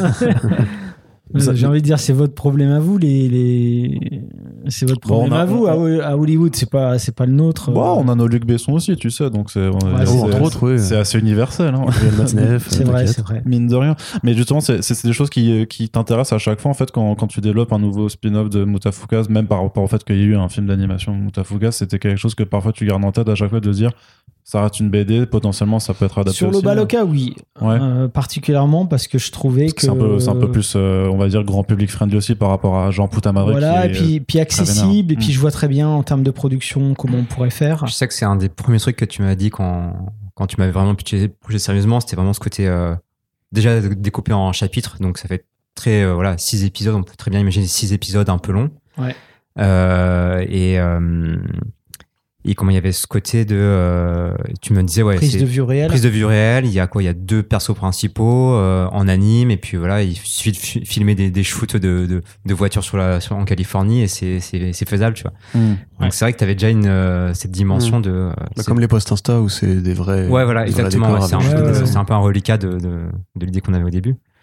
Ça- J'ai envie de dire, c'est votre problème à vous, les, les... c'est votre Bon, problème on a- à vous. on- À, à Hollywood, c'est pas, c'est pas le nôtre. Bon, on a nos Luc Besson aussi, tu sais, donc c'est, on- Ouais, c'est, c'est- entre autres, oui. c'est assez universel. Hein. Matzneff, C'est euh, vrai, t'inquiète. c'est vrai. Mine de rien. Mais justement, c'est, c'est, c'est des choses qui, qui t'intéressent à chaque fois, en fait, quand, quand tu développes un nouveau spin-off de Mutafukaz, même par rapport au fait qu'il y ait eu un film d'animation de Mutafukaz, c'était quelque chose que parfois tu gardes en tête à chaque fois de se dire, ça reste une B D, potentiellement ça peut être adapté Sur aussi. Lobaloka, oui. Ouais. Euh, particulièrement parce que je trouvais Parce que que. c'est un peu, c'est un peu plus, euh, on va dire, grand public friendly aussi par rapport à Jean Puta Madre. Voilà, qui et est, puis, puis accessible, et puis Mm. je vois très bien en termes de production comment on pourrait faire. Je sais que c'est un des premiers trucs que tu m'as dit quand, quand tu m'avais vraiment pitché le projet sérieusement. C'était vraiment ce côté euh, déjà découpé en chapitres. Donc ça fait très, euh, voilà, six épisodes. On peut très bien imaginer six épisodes un peu longs. Ouais. Euh, et, euh, et comment il y avait ce côté de. Euh, tu me disais, ouais. Prise c'est- de vue réelle. Prise de vue réelle, il y a quoi ? Il y a deux persos principaux euh, en anime, et puis voilà, il suffit de fi- filmer des, des shoots de, de, de voitures sur la, sur, en Californie, et c'est, c'est, c'est faisable, tu vois. Mm. Donc Ouais. c'est vrai que tu avais déjà une, euh, cette dimension Mm. de. euh, Bah, c'est- comme les posts Insta où c'est des vrais. Ouais, voilà, des vrais exactement. décors ouais, c'est, un, avec Ouais, peu- ouais, ouais. c'est un peu un reliquat de, de, de l'idée qu'on avait au début.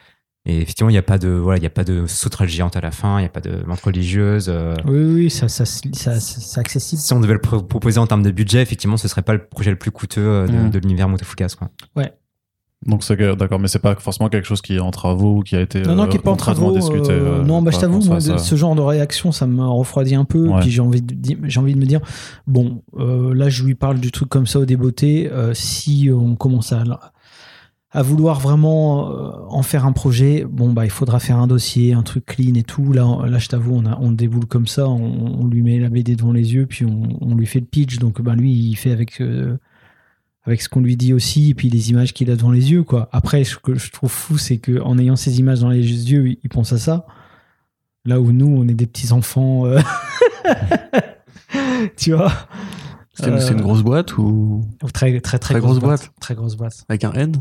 Et effectivement, il n'y a pas de, voilà, il y a pas de sauterelle géante à la fin, il n'y a pas de menthe religieuse. Euh... Oui, oui, ça, ça, ça, ça, c'est accessible. Si on devait le pr- proposer en termes de budget, effectivement, ce serait pas le projet le plus coûteux de, mmh. de l'univers Mutafukas, quoi. Ouais. Donc c'est d'accord, mais c'est pas forcément quelque chose qui est en travaux ou qui a été non non qui est pas en travaux. Discuté, euh, euh, non, bah je t'avoue, moi, ça, ça... ce genre de réaction, ça me refroidit un peu. Ouais. Puis j'ai envie de j'ai envie de me dire, bon, euh, là je lui parle du truc comme ça au débeauté. Euh, si on commence à à vouloir vraiment euh, en faire un projet, bon bah il faudra faire un dossier, un truc clean et tout. Là, là je t'avoue, on a on déboule comme ça, on, on lui met la B D devant les yeux, puis on, on lui fait le pitch. Donc bah lui il fait avec euh, avec ce qu'on lui dit aussi, et puis les images qu'il a devant les yeux, quoi. Après, ce que je trouve fou, c'est qu'en ayant ces images dans les yeux, il pense à ça. Là où nous, on est des petits enfants. Euh... tu vois c'est, euh... c'est une grosse boîte ou Très, très, très, très grosse, grosse boîte. boîte. Très grosse boîte. Avec un N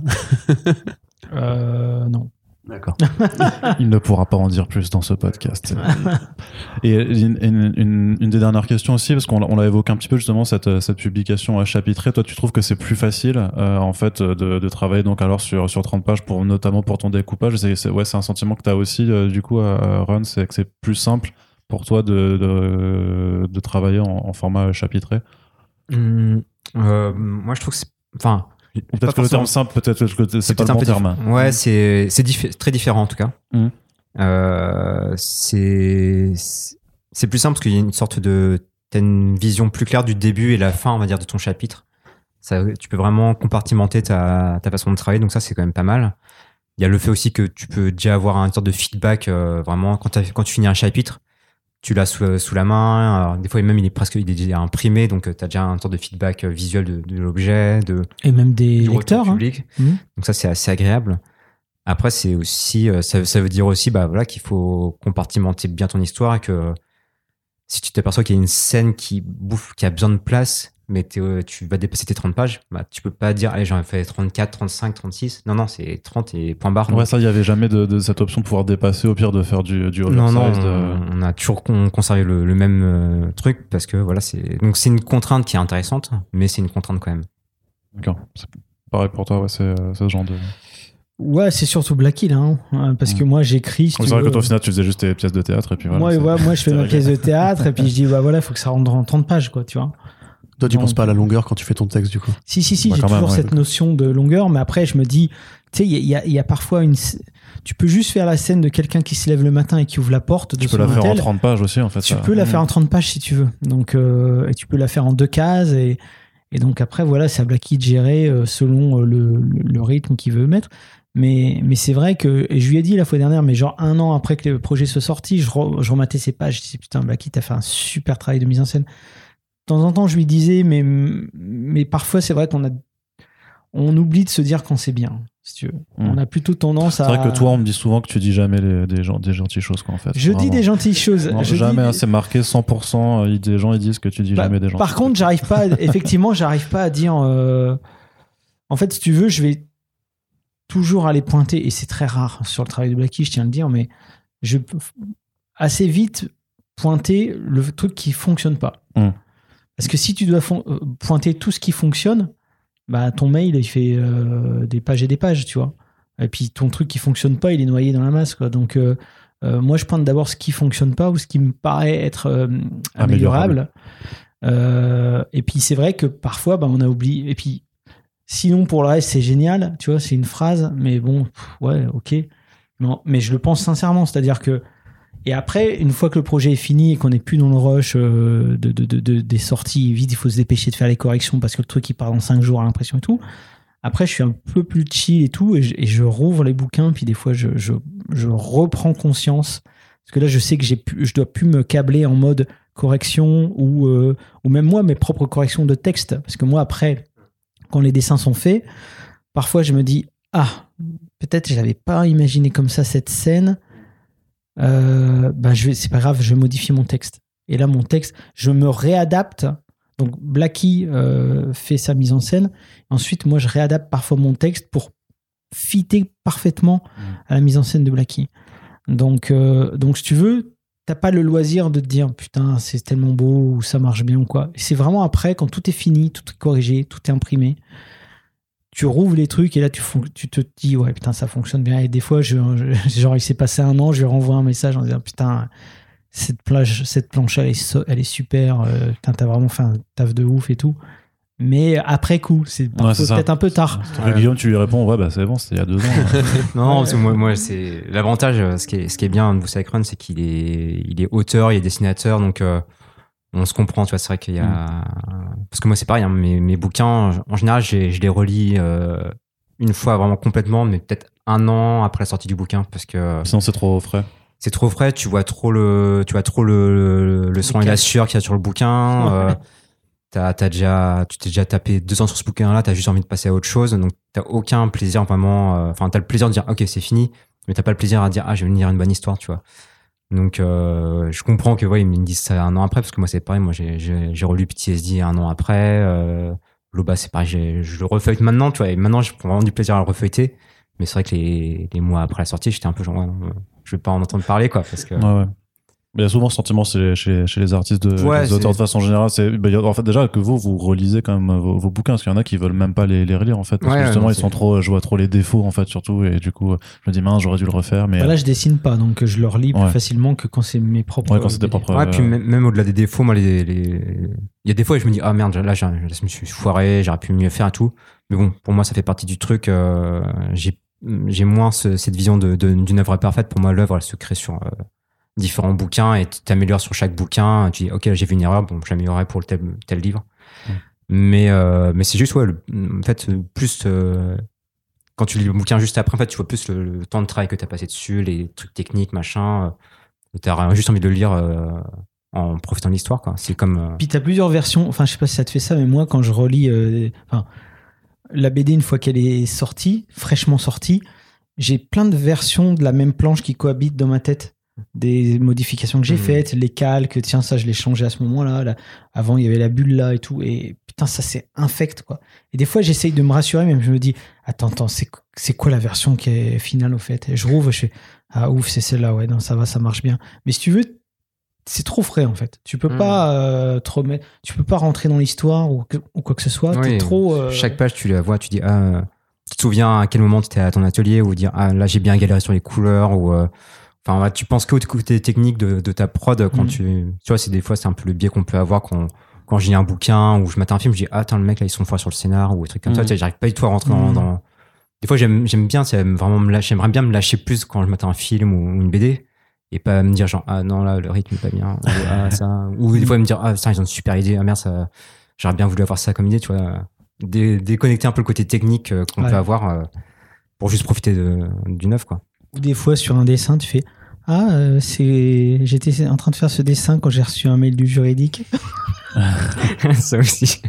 euh, Non. D'accord. Il ne pourra pas en dire plus dans ce podcast. Et une, une, une, une des dernières questions aussi, parce qu'on on l'a évoqué un petit peu justement, cette, cette publication chapitrée. Toi, tu trouves que c'est plus facile euh, en fait de, de travailler donc alors sur, sur trente pages, pour, notamment pour ton découpage? C'est, c'est, ouais, c'est un sentiment que tu as aussi euh, du coup à Run, c'est que c'est plus simple pour toi de, de, de travailler en, en format chapitré? Mmh, euh, moi, je trouve que c'est... Enfin... Ou peut-être que le terme simple, peut-être que c'est, c'est pas le bon terme. Diff- ouais, mmh. c'est, c'est diffé- très différent en tout cas. Mmh. Euh, c'est, c'est plus simple parce qu'il y a une sorte de... T'as une vision plus claire du début et la fin, on va dire, de ton chapitre. Ça, tu peux vraiment compartimenter ta, ta façon de travailler, donc ça, c'est quand même pas mal. Il y a le fait aussi que tu peux déjà avoir une sorte de feedback, euh, vraiment, quand, quand tu finis un chapitre, tu l'as sous, sous la main. Alors, des fois, même, il est presque il est déjà imprimé, donc tu as déjà un sorte de feedback visuel de, de l'objet. De, et même des lecteurs. Public. Hein. Mmh. Donc ça, c'est assez agréable. Après, c'est aussi, ça, ça veut dire aussi bah, voilà, qu'il faut compartimenter bien ton histoire et que si tu t'aperçois qu'il y a une scène qui bouffe, qui a besoin de place, mais tu vas dépasser tes trente pages, bah, tu peux pas dire, allez, j'en ai fait trente-quatre, trente-cinq, trente-six. Non, non, c'est trente et point barre. Ouais, donc. Ça, il n'y avait jamais de, de cette option de pouvoir dépasser, au pire de faire du, du oversize. Non, non, on, de... on a toujours conservé le, le même euh, truc parce que voilà, c'est, donc c'est une contrainte qui est intéressante, mais c'est une contrainte quand même. D'accord. C'est pareil pour toi, ouais, c'est, c'est ce genre de... Ouais, c'est surtout Blackie là, hein, parce mmh. que moi j'écris. Si c'est vrai veux, que toi, au final, tu faisais juste tes pièces de théâtre et puis voilà. Moi, ouais, moi je fais ma pièce de théâtre et puis je dis, bah voilà, il faut que ça rentre en trente pages, quoi, tu vois. Toi, tu Donc, penses pas à la longueur quand tu fais ton texte, du coup? Si, si, si, bah, j'ai toujours même, ouais, cette notion de longueur, mais après, je me dis, tu sais, il y a, y a parfois une. Tu peux juste faire la scène de quelqu'un qui se lève le matin et qui ouvre la porte de tu son peux la hôtel. faire en trente pages aussi, en fait. Tu ça. peux la mmh. faire en trente pages si tu veux. Donc, euh, et tu peux la faire en deux cases et, et donc après, voilà, c'est à Blackie de gérer euh, selon le, le, le rythme qu'il veut mettre. Mais, mais c'est vrai que, et je lui ai dit la fois dernière, mais genre un an après que le projet soit sorti, je, re, je rematais ses pages, je disais putain, Blackie, t'as fait un super travail de mise en scène. De temps en temps, je lui disais, mais, mais parfois, c'est vrai qu'on a, on oublie de se dire quand c'est bien, si tu veux. Mmh. On a plutôt tendance à. C'est vrai que toi, on me dit souvent que tu dis jamais les, des, gens, des gentilles choses, quoi, en fait. Je Vraiment. dis des gentilles choses. Non, je jamais, dis... hein, c'est marqué cent pour cent. Des gens, ils disent que tu dis bah, jamais des gentilles Par contre, j'arrive pas, à, effectivement, j'arrive pas à dire. Euh... En fait, si tu veux, je vais toujours aller pointer, et c'est très rare sur le travail de Blackie, je tiens à le dire, mais je peux assez vite pointer le truc qui fonctionne pas. Mmh. Parce que si tu dois fon- pointer tout ce qui fonctionne, bah ton mail il fait euh, des pages et des pages, tu vois. Et puis ton truc qui fonctionne pas, il est noyé dans la masse, quoi. Donc euh, euh, moi je pointe d'abord ce qui fonctionne pas ou ce qui me paraît être euh, améliorable. Euh, et puis c'est vrai que parfois bah on a oublié. Et puis sinon, pour le reste, c'est génial, tu vois, c'est une phrase, mais bon, pff, ouais, ok. Non, mais je le pense sincèrement, c'est-à-dire que. Et après, une fois que le projet est fini et qu'on n'est plus dans le rush euh, de, de, de, de, des sorties, vite, il faut se dépêcher de faire les corrections parce que le truc, il part dans cinq jours à l'impression et tout. Après, je suis un peu plus chill et tout, et je, et je rouvre les bouquins, puis des fois, je, je, je reprends conscience. Parce que là, je sais que j'ai pu, je dois plus me câbler en mode correction ou, euh, ou même moi, mes propres corrections de texte. Parce que moi, après. Quand les dessins sont faits, parfois je me dis ah, peut-être je n'avais pas imaginé comme ça cette scène. Euh, bah je vais, c'est pas grave, je vais modifier mon texte. Et là, mon texte, je me réadapte. Donc Blackie euh, fait sa mise en scène. Ensuite, moi, je réadapte parfois mon texte pour fitter parfaitement à la mise en scène de Blackie. Donc, euh, donc si tu veux, t'as pas le loisir de te dire putain c'est tellement beau ou ça marche bien ou quoi. Et c'est vraiment après quand tout est fini, tout est corrigé, tout est imprimé, tu rouvres les trucs et là tu, fon- tu te dis ouais putain ça fonctionne bien et des fois je, je- genre il s'est passé un an je lui renvoie un message en disant putain cette plage cette planche elle est, so- elle est super euh, putain t'as vraiment fait un taf de ouf et tout mais après coup c'est, Ouais, c'est ça. peut-être un peu tard. Ouais. Guillaume, tu lui réponds, ouais, bah c'est bon, c'était il y a deux ans. non, non, parce que moi, moi c'est l'avantage. Ce qui est, ce qui est bien de Cycrun, c'est qu'il est, il est auteur, il est dessinateur, donc euh, on se comprend. Tu vois, c'est vrai qu'il y a. Mm. Parce que moi, c'est pareil. Hein, mes, mes bouquins, en général, j'ai, je les relis euh, une fois vraiment complètement, mais peut-être un an après la sortie du bouquin, parce que. Sinon, c'est trop frais. C'est trop frais. Tu vois trop le, tu vois trop le, le, le sang et la sueur qu'il y a sur le bouquin. euh, T'as, t'as déjà, tu t'es déjà tapé deux ans sur ce bouquin-là, t'as juste envie de passer à autre chose, donc t'as aucun plaisir vraiment. Enfin, euh, t'as le plaisir de dire ok, c'est fini, mais t'as pas le plaisir à dire ah, je vais venir une bonne histoire, tu vois. Donc, euh, je comprends que ouais, ils me disent ça un an après, parce que moi c'est pareil, moi j'ai, j'ai, j'ai relu P T S D un an après. Euh, Loba, c'est pareil, j'ai, je le refeuillete maintenant, tu vois, et maintenant je prends vraiment du plaisir à le refeuilleter. Mais c'est vrai que les, les mois après la sortie, j'étais un peu genre ouais, non, je vais pas en entendre parler, quoi, parce que. Ouais, ouais. Il y a souvent ce sentiment chez, chez, chez les artistes, de, ouais, les auteurs de façon générale. C'est, bah, en fait, déjà, que vous, vous relisez quand même vos, vos bouquins, parce qu'il y en a qui veulent même pas les, les relire, en fait. Parce ouais, que justement, non, ils sont trop, je vois trop les défauts, en fait, surtout. Et du coup, je me dis, mince, j'aurais dû le refaire. Mais bah là, je dessine pas, donc je le relis plus ouais. facilement que quand c'est mes propres. Ouais, quand c'est tes propres. Ouais, puis même, même au-delà des défauts, moi, les, les, il y a des fois, je me dis, ah merde, là, je me suis foiré, j'aurais pu mieux faire et tout. Mais bon, pour moi, ça fait partie du truc. Euh, j'ai, j'ai moins ce, cette vision de, de, d'une œuvre parfaite. Pour moi, l'œuvre, elle se crée sur. Euh, différents bouquins et tu t'améliores sur chaque bouquin. Tu dis, ok, là, j'ai vu une erreur, bon, je l'améliorerai pour le tel, tel livre. Mmh. Mais, euh, mais c'est juste, ouais, le, en fait, plus, euh, quand tu lis le bouquin juste après, en fait, tu vois plus le, le temps de travail que t'as passé dessus, les trucs techniques, machin. Euh, t'as juste envie de le lire euh, en profitant de l'histoire, quoi. C'est comme. Euh... Puis t'as plusieurs versions. Enfin, je sais pas si ça te fait ça, mais moi, quand je relis, euh, enfin, la B D, une fois qu'elle est sortie, fraîchement sortie, j'ai plein de versions de la même planche qui cohabitent dans ma tête. Des modifications que j'ai mmh. faites, les calques, tiens, ça, je l'ai changé à ce moment-là. Là. Avant, il y avait la bulle là et tout. Et putain, ça, c'est infect, quoi. Et des fois, j'essaye de me rassurer, même je me dis, attends, attends, c'est, c'est quoi la version qui est finale, au fait? Et je rouvre, je fais, ah, ouf, c'est celle-là, ouais, non, ça va, ça marche bien. Mais si tu veux, c'est trop frais, en fait. Tu peux mmh. pas euh, trop mettre, tu peux pas rentrer dans l'histoire ou, ou quoi que ce soit. Oui, t'es trop. Euh... Chaque page, tu la vois, tu dis, ah, tu te souviens à quel moment tu étais à ton atelier, ou dire, ah, là, j'ai bien galéré sur les couleurs, ou. Euh... Enfin, tu penses qu'au côté technique de, de ta prod quand mmh. tu, tu vois, c'est des fois, c'est un peu le biais qu'on peut avoir quand, quand je lis un bouquin ou je mate un film, je dis, ah, attends, le mec, là, ils sont forts sur le scénar ou des trucs comme mmh. ça. Tu sais, j'arrive pas du tout à rentrer mmh. dans, dans, des fois, j'aime, j'aime bien, c'est vraiment me lâcher, j'aimerais bien me lâcher plus quand je mate un film ou une B D et pas me dire genre, ah, non, là, le rythme est pas bien. Ou, ah, ça, ou des fois, me dire, ah, ça, ils ont une super idée. Ah, merde, ça, j'aurais bien voulu avoir ça comme idée, tu vois. Dé, déconnecter un peu le côté technique qu'on ouais. peut avoir euh, pour juste profiter de, d'une œuvre, quoi. Ou des fois, sur un dessin, tu fais, ah, euh, c'est... j'étais en train de faire ce dessin quand j'ai reçu un mail du juridique. Ça aussi.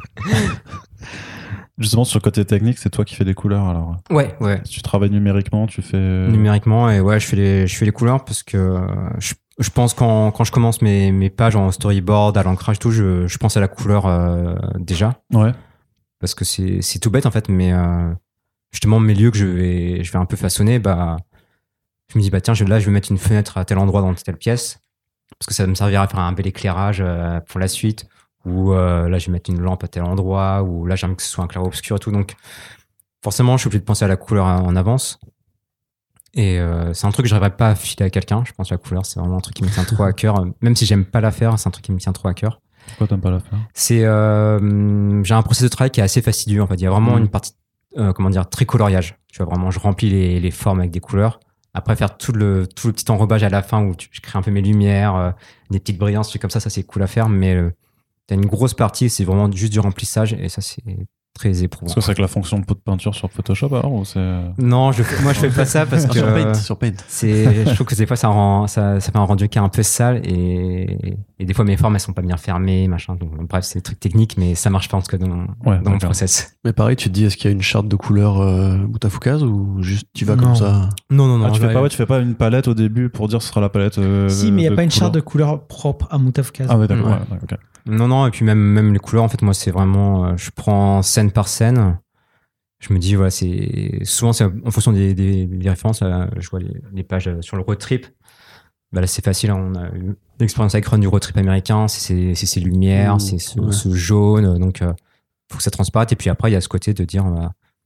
Justement, sur le côté technique, c'est toi qui fais les couleurs, alors. Ouais, ouais. Tu travailles numériquement, tu fais. Numériquement, et ouais, je fais les, je fais les couleurs parce que je, je pense quand, quand je commence mes, mes pages en storyboard, à l'ancrage, tout, je, je pense à la couleur euh, déjà. Ouais. Parce que c'est, c'est tout bête, en fait, mais euh, justement, mes lieux que je vais, je vais un peu façonner, bah. Je me dis, bah tiens, je, là, je vais mettre une fenêtre à tel endroit dans telle pièce, parce que ça me servira à faire un bel éclairage euh, pour la suite. Ou euh, là, je vais mettre une lampe à tel endroit, ou là, j'aime que ce soit un clair-obscur et tout. Donc, forcément, je suis obligé de penser à la couleur en avance. Et euh, c'est un truc que je n'arriverais pas à filer à quelqu'un. Je pense que la couleur, c'est vraiment un truc qui me tient trop à cœur. Même si j'aime pas la faire, c'est un truc qui me tient trop à cœur. Pourquoi t'aimes pas la faire ? C'est, euh, j'ai un processus de travail qui est assez fastidieux. En fait, il y a vraiment mmh. une partie, euh, comment dire, très coloriage. Tu vois, vraiment, je remplis les, les formes avec des couleurs. Après, faire tout le, tout le petit enrobage à la fin où tu, je crée un peu mes lumières, euh, des petites brillances, trucs comme ça, ça c'est cool à faire. Mais euh, t'as une grosse partie, c'est vraiment juste du remplissage et ça c'est très éprouvant. Est-ce que c'est avec la fonction de pot de peinture sur Photoshop alors ou c'est... Non, je, moi je fais pas ça parce que sur Paint, sur Paint. C'est, je trouve que des fois ça rend, ça, ça fait un rendu qui est un peu sale et, et des fois mes formes elles sont pas bien fermées, machin. Donc, bref, c'est des trucs techniques, mais ça marche pas en tout cas dans, ouais, dans mon process. Mais pareil, tu te dis, est-ce qu'il y a une charte de couleurs euh, Boutafoukaz ou juste tu vas non. comme ça? Non, non, non. Ah, tu fais pas, ouais, tu fais pas une palette au début pour dire ce sera la palette. Euh, si, mais il y a pas une couleurs. charte de couleurs propre à Boutafoukaz. Ah ouais, d'accord. Ouais. Ouais, okay. Non, non, et puis même, même les couleurs, en fait, moi, c'est vraiment, euh, je prends scène par scène. Je me dis, voilà, c'est, souvent, c'est en fonction des, des, des références, là, je vois les, les pages sur le road trip. Bah là, c'est facile, on a eu l'expérience avec Run du road trip américain, c'est ces, c'est ces lumières, mmh, c'est ce, ouais. ce jaune, donc, euh, faut que ça transparaisse. Et puis après, il y a ce côté de dire, bah,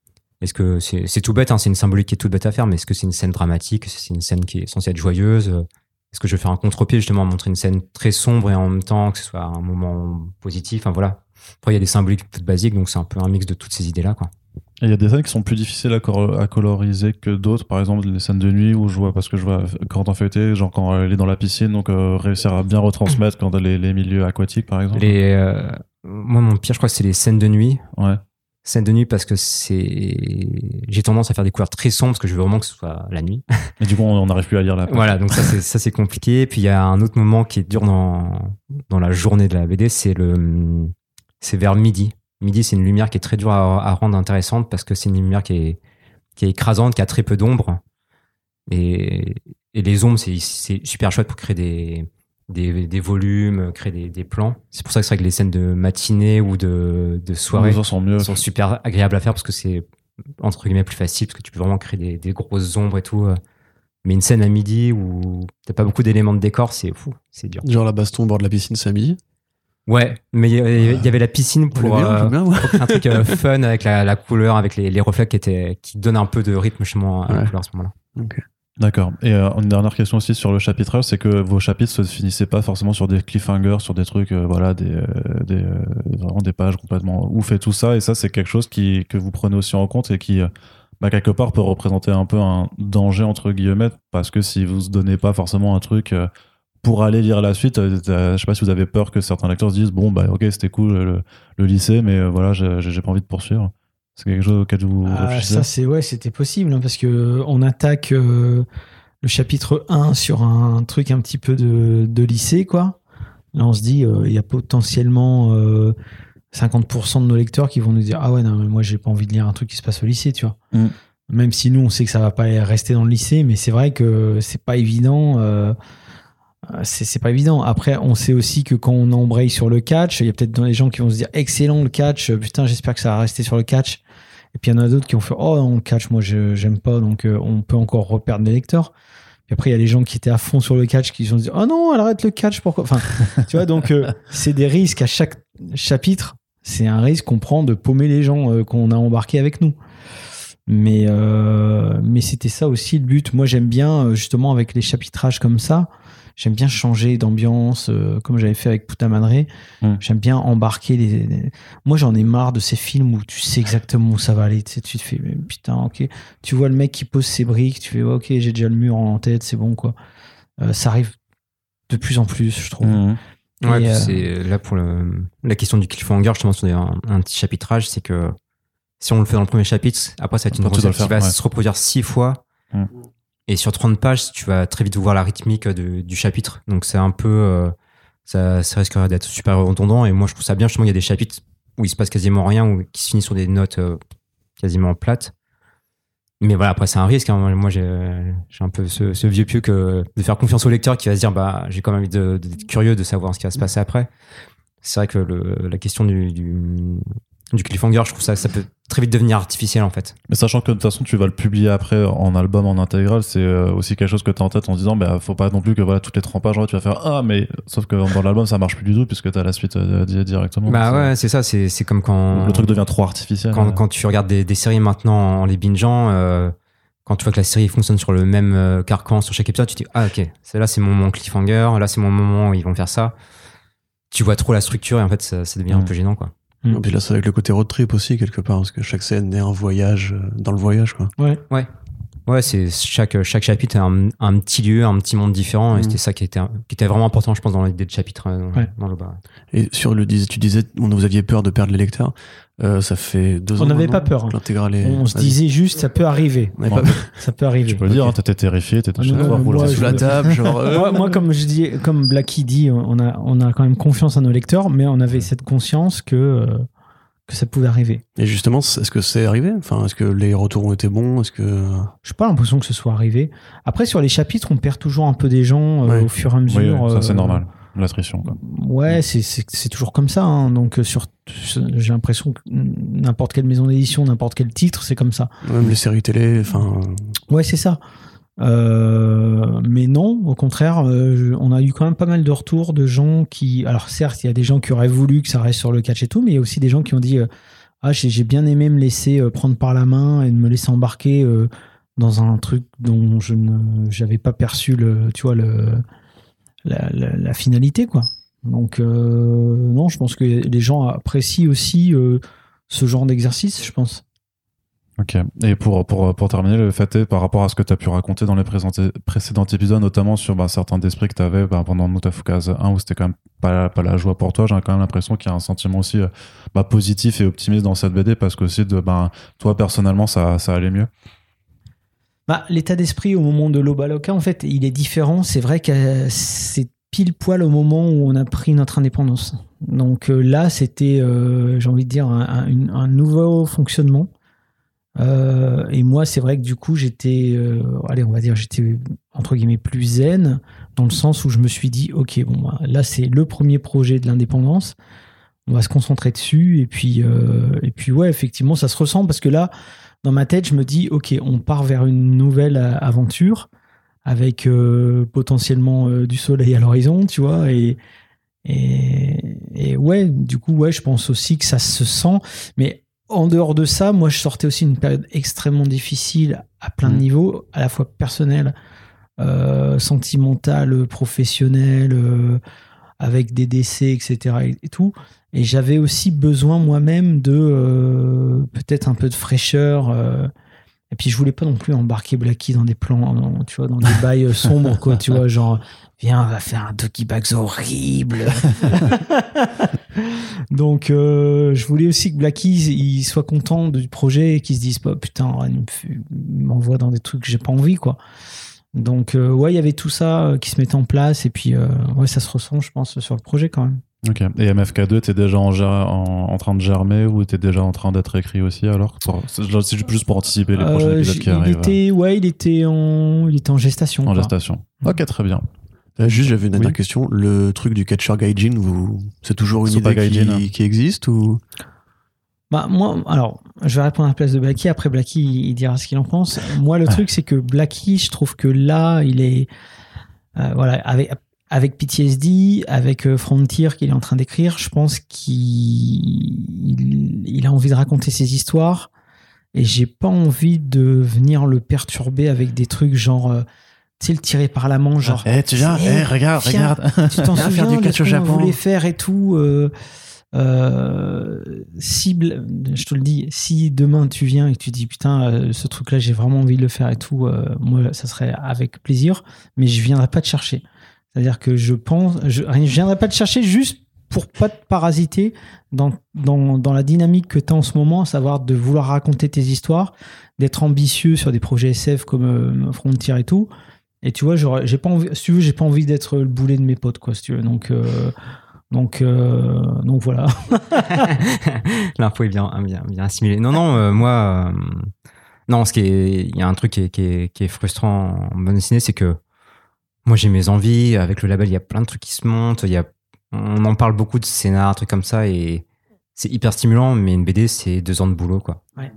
Est-ce que c'est, c'est tout bête, hein, c'est une symbolique qui est toute bête à faire, mais est-ce que c'est une scène dramatique? Est-ce que c'est une scène qui est censée être joyeuse? Est-ce que je vais faire un contre-pied justement à montrer une scène très sombre et en même temps que ce soit un moment positif? Enfin voilà. Après, il y a des symboliques toutes basiques, donc c'est un peu un mix de toutes ces idées-là, quoi. Et il y a des scènes qui sont plus difficiles à, cor- à coloriser que d'autres, par exemple les scènes de nuit où je vois, parce que je vois quand en feuilleté, genre quand elle est dans la piscine, donc euh, réussir à bien retransmettre quand les, les milieux aquatiques, par exemple. Les, euh, moi, mon pire, je crois que c'est les scènes de nuit. Ouais. Scènes de nuit parce que c'est, j'ai tendance à faire des couleurs très sombres parce que je veux vraiment que ce soit la nuit. Et du coup, on n'arrive plus à lire la page. Voilà, donc ça c'est ça c'est compliqué. Puis il y a un autre moment qui est dur dans dans la journée de la B D, c'est le c'est vers midi. Midi, c'est une lumière qui est très dure à, à rendre intéressante parce que c'est une lumière qui est qui est écrasante, qui a très peu d'ombre. Et et les ombres, c'est c'est super chouette pour créer des des des volumes, créer des des plans. C'est pour ça que c'est vrai que les scènes de matinée ou de de soirée Les autres sont mieux. sont super agréables à faire parce que c'est entre guillemets plus facile parce que tu peux vraiment créer des des grosses ombres et tout. Mais une scène à midi où t'as pas beaucoup d'éléments de décor, c'est fou, c'est dur. Genre la baston au bord de la piscine, c'est à midi. Ouais, mais il y, y avait la piscine pour, bien, euh, bien, ouais. pour créer un truc euh, fun avec la, la couleur, avec les, les reflets qui étaient qui donnent un peu de rythme chez moi à la Ouais. couleur à ce moment-là. Okay. D'accord. Et euh, une dernière question aussi sur le chapitrage, c'est que vos chapitres se finissaient pas forcément sur des cliffhangers, sur des trucs, euh, voilà, des, euh, des euh, vraiment des pages complètement ouf et tout ça. Et ça, c'est quelque chose qui que vous prenez aussi en compte et qui, euh, bah, quelque part, peut représenter un peu un danger entre guillemets, parce que si vous se donnez pas forcément un truc euh, pour aller lire la suite, euh, je sais pas si vous avez peur que certains lecteurs se disent bon bah ok c'était cool le, le lycée, mais euh, voilà j'ai, j'ai pas envie de poursuivre. C'est quelque chose auquel vous Ah, réfléchissez? ça, c'est, ouais, c'était possible, hein, parce que on attaque euh, le chapitre un sur un truc un petit peu de, de lycée, quoi. Là, on se dit, euh, il y a potentiellement euh, cinquante pour cent de nos lecteurs qui vont nous dire ah ouais, non, mais moi, j'ai pas envie de lire un truc qui se passe au lycée, tu vois. Mm. Même si nous, on sait que ça va pas rester dans le lycée, mais c'est vrai que c'est pas évident. Euh, c'est, c'est pas évident. Après, on sait aussi que quand on embraye sur le catch, il y a peut-être des gens qui vont se dire excellent le catch, putain, j'espère que ça va rester sur le catch. Et puis il y en a d'autres qui ont fait oh non, le catch, moi je, j'aime pas, donc euh, on peut encore reperdre des lecteurs. Puis après il y a les gens qui étaient à fond sur le catch qui se sont dit oh non, elle arrête le catch, pourquoi? Enfin, tu vois, donc euh, c'est des risques à chaque chapitre. C'est un risque qu'on prend de paumer les gens euh, qu'on a embarqués avec nous. Mais euh, mais c'était ça aussi le but. Moi j'aime bien justement avec les chapitrages comme ça. J'aime bien changer d'ambiance, euh, comme j'avais fait avec Puta Madre. Mm. J'aime bien embarquer les, les... Moi, j'en ai marre de ces films où tu sais exactement où ça va aller. Tu sais, tu te fais, putain, ok. Tu vois le mec qui pose ses briques, tu fais, ok, j'ai déjà le mur en tête, c'est bon, quoi. Euh, ça arrive de plus en plus, je trouve. Mmh. Ouais, euh... c'est là pour le, la question du cliffhanger, justement, sur un, un petit chapitrage, c'est que si on le fait dans le premier chapitre, après, ça va être une recette qui va ouais. se reproduire six fois. Mmh. Et sur trente pages, tu vas très vite voir la rythmique de, du chapitre. Donc, c'est un peu, euh, ça, ça risquerait d'être super redondant. Et moi, je trouve ça bien. Justement, il y a des chapitres où il se passe quasiment rien, ou qui se finissent sur des notes euh, quasiment plates. Mais voilà, après, c'est un risque. Hein. Moi, j'ai, j'ai un peu ce, ce vieux pieu que de faire confiance au lecteur qui va se dire, bah, j'ai quand même envie de, de, d'être curieux de savoir ce qui va se passer après. C'est vrai que le, la question du, du, du cliffhanger, je trouve ça, ça peut très vite devenir artificiel en fait. Mais sachant que de toute façon tu vas le publier après en album en intégral, c'est aussi quelque chose que tu as en tête en disant bah faut pas non plus que voilà toutes les trente pages tu vas faire ah mais sauf que dans l'album ça marche plus du tout puisque tu as la suite euh, directement. Bah c'est... ouais, c'est ça, c'est c'est comme quand le truc devient trop artificiel. Quand euh... quand tu regardes des, des séries maintenant en les bingeant euh, quand tu vois que la série fonctionne sur le même euh, carcan sur chaque épisode, tu te dis ah OK, là c'est mon moment cliffhanger, là c'est mon moment où ils vont faire ça. Tu vois trop la structure et en fait ça, ça devient mmh. un peu gênant quoi. Et puis là, c'est avec le côté road trip aussi, quelque part, parce que chaque scène est un voyage dans le voyage, quoi. Ouais. Ouais. Ouais, c'est chaque, chaque chapitre est un, un petit lieu, un petit monde différent, et mmh. c'était ça qui était, qui était vraiment important, je pense, dans l'idée de chapitre, dans, ouais. dans le bas. Et sur le, tu disais, vous aviez peur de perdre les lecteurs. Euh, ça fait deux on ans. On n'avait pas peur. Hein. L'intégrale on se disait juste, ça peut arriver. Ouais. Pas... ça peut arriver. Tu peux le dire, okay. hein, t'étais terrifié, t'étais ah, non, moi, sous la table, genre. Euh... moi, moi, comme je dis, comme Blacky dit, on a, on a quand même confiance en nos lecteurs, mais on avait cette conscience que, euh, que ça pouvait arriver. Et justement, est-ce que c'est arrivé ? Enfin, est-ce que les retours ont été bons ? Est-ce que... Je n'ai pas l'impression que ce soit arrivé. Après, sur les chapitres, on perd toujours un peu des gens euh, ouais. au fur et à mesure. Oui, ça, c'est euh, normal. L'attrition. Quoi. Ouais, c'est, c'est, c'est toujours comme ça. Hein. Donc, sur, j'ai l'impression que n'importe quelle maison d'édition, n'importe quel titre, c'est comme ça. Même les séries télé, enfin... Ouais, c'est ça. Euh, mais non, au contraire, euh, on a eu quand même pas mal de retours de gens qui... Alors certes, il y a des gens qui auraient voulu que ça reste sur le catch et tout, mais il y a aussi des gens qui ont dit euh, ah, j'ai, j'ai bien aimé me laisser euh, prendre par la main et de me laisser embarquer euh, dans un truc dont je ne j'avais pas perçu le tu vois le la, la, la finalité quoi. Donc euh, non, je pense que les gens apprécient aussi euh, ce genre d'exercice, je pense. Ok. Et pour, pour, pour terminer, le fait est, par rapport à ce que tu as pu raconter dans les précédents épisodes, notamment sur bah, certains d'esprit que tu avais bah, pendant Mutafukaz un, où c'était quand même pas, pas la joie pour toi, j'ai quand même l'impression qu'il y a un sentiment aussi bah, positif et optimiste dans cette B D, parce que aussi, de, bah, toi, personnellement, ça, ça allait mieux. Bah, l'état d'esprit au moment de l'Obaloka, en fait, il est différent. C'est vrai que c'est pile poil au moment où on a pris notre indépendance. Donc euh, là, c'était, euh, j'ai envie de dire, un, un, un nouveau fonctionnement. Euh, et moi, c'est vrai que du coup, j'étais, euh, allez, on va dire, j'étais entre guillemets plus zen, dans le sens où je me suis dit, ok, bon, bah, là, c'est le premier projet de l'indépendance, on va se concentrer dessus, et puis, euh, et puis, ouais, effectivement, ça se ressent parce que là, dans ma tête, je me dis, ok, on part vers une nouvelle aventure avec euh, potentiellement euh, du soleil à l'horizon, tu vois, et et, et ouais, du coup, ouais, je pense aussi que ça se sent, mais en dehors de ça, moi, je sortais aussi d'une période extrêmement difficile à plein de niveaux, à la fois personnel, euh, sentimental, professionnel, euh, avec des décès, et cetera et, et tout. Et j'avais aussi besoin moi-même de euh, peut-être un peu de fraîcheur. Euh, et puis, je voulais pas non plus embarquer Blackie dans des plans, dans, tu vois, dans des bails sombres, quoi, tu vois, genre, viens, on va faire un Doggy Bags horrible. Donc, euh, je voulais aussi que Blackie il soit content du projet et qu'il se dise pas, putain, il m'envoie dans des trucs que j'ai pas envie, quoi. Donc, euh, ouais, il y avait tout ça euh, qui se mettait en place et puis, euh, ouais, ça se ressent, je pense, sur le projet quand même. Ok. Et M F K deux, t'es déjà en, ger- en, en train de germer ou t'es déjà en train d'être écrit aussi alors? C'est juste pour anticiper les prochains euh, épisodes qui il arrivent. Était, ouais, il était en, il était en gestation. En quoi. gestation. Ok, très bien. Là, juste, j'avais une dernière Oui. question. Le truc du catcher gaijin, vous... c'est toujours une Super idée Gaijin. qui, qui existe ou Bah, moi, alors, je vais répondre à la place de Blackie. Après, Blackie, il, il dira ce qu'il en pense. Moi, le truc, c'est que Blackie, je trouve que là, il est, euh, voilà, avec, avec P T S D, avec euh, Frontier qu'il est en train d'écrire, je pense qu'il il, il a envie de raconter ses histoires et j'ai pas envie de venir le perturber avec des trucs genre, euh, tu sais, le tirer par la manche, genre. Eh, tu viens, hey, eh, regarde, viens, regarde. Tu t'en Viens souviens faire du de catch ce au qu'on Japon. voulait faire et tout. Euh, euh, si, je te le dis, si demain tu viens et que tu dis putain, euh, ce truc-là, j'ai vraiment envie de le faire et tout, euh, moi, ça serait avec plaisir, mais je viendrai pas te chercher. C'est-à-dire que je pense, je, je viendrai pas te chercher juste pour pas te parasiter dans, dans, dans la dynamique que tu as en ce moment, à savoir de vouloir raconter tes histoires, d'être ambitieux sur des projets S F comme euh, Frontier et tout. Et tu vois, genre, j'ai pas envie, si tu veux, j'ai pas envie d'être le boulet de mes potes, quoi, si tu veux. Donc, euh, donc, euh, donc voilà. L'info est bien, bien, bien assimilée. Non, non, euh, moi, euh, non, ce qui est, il y a un truc qui est, qui est, qui est frustrant en bande dessinée, c'est que moi, j'ai mes envies. Avec le label, il y a plein de trucs qui se montent. Il y a, on en parle beaucoup de scénar, trucs comme ça, et c'est hyper stimulant. Mais une B D, c'est deux ans de boulot, quoi. Ouais.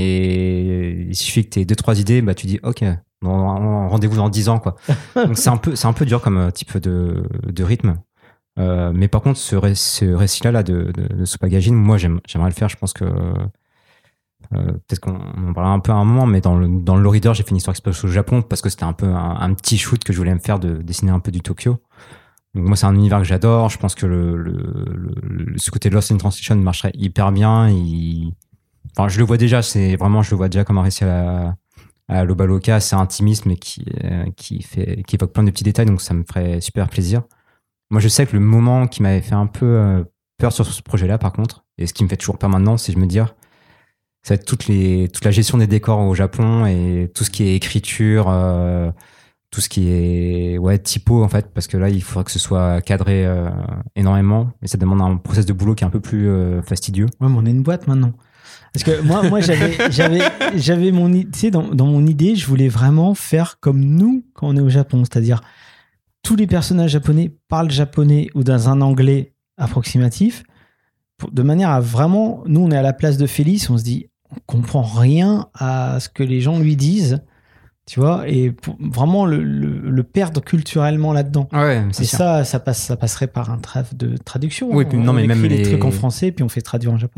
Et il suffit que tu aies deux, trois idées, bah, tu dis, OK, rendez-vous dans dix ans, quoi. Donc, c'est un peu, c'est un peu dur comme type de, de rythme. Euh, mais par contre, ce, ré- ce récit-là là, de, de, de Super Gaijin, moi, j'aime, j'aimerais le faire. Je pense que euh, peut-être qu'on en parlera un peu à un moment, mais dans le, dans le Low Reader, j'ai fait une histoire express au Japon parce que c'était un peu un, un petit shoot que je voulais me faire de dessiner un peu du Tokyo. Donc moi, c'est un univers que j'adore. Je pense que le, le, le, ce côté Lost in Translation marcherait hyper bien. Il... Enfin, je le vois déjà. C'est vraiment, je le vois déjà comme un récit à la, à l'Obaloka. C'est intimiste, mais qui, euh, qui fait, qui évoque plein de petits détails. Donc ça me ferait super plaisir. Moi, je sais que le moment qui m'avait fait un peu euh, peur sur ce projet-là, par contre, et ce qui me fait toujours peur maintenant, c'est de me dire, ça va être toutes les, toute la gestion des décors au Japon et tout ce qui est écriture, euh, tout ce qui est ouais, typo, en fait, parce que là, il faudra que ce soit cadré euh, énormément, et ça demande un process de boulot qui est un peu plus euh, fastidieux. Ouais, mais on est une boîte maintenant. Parce que moi, moi j'avais, j'avais, j'avais mon, tu sais, dans, dans mon idée, je voulais vraiment faire comme nous quand on est au Japon, c'est-à-dire tous les personnages japonais parlent japonais ou dans un anglais approximatif, pour, de manière à vraiment, nous on est à la place de Félix, on se dit, on comprend rien à ce que les gens lui disent, tu vois, et pour vraiment le, le, le perdre culturellement là-dedans. Ouais, c'est et sûr. ça, ça, passe, ça passerait par un travail de traduction. Oui, puis non, on mais écrit même les les trucs en français, puis on fait traduire en japonais.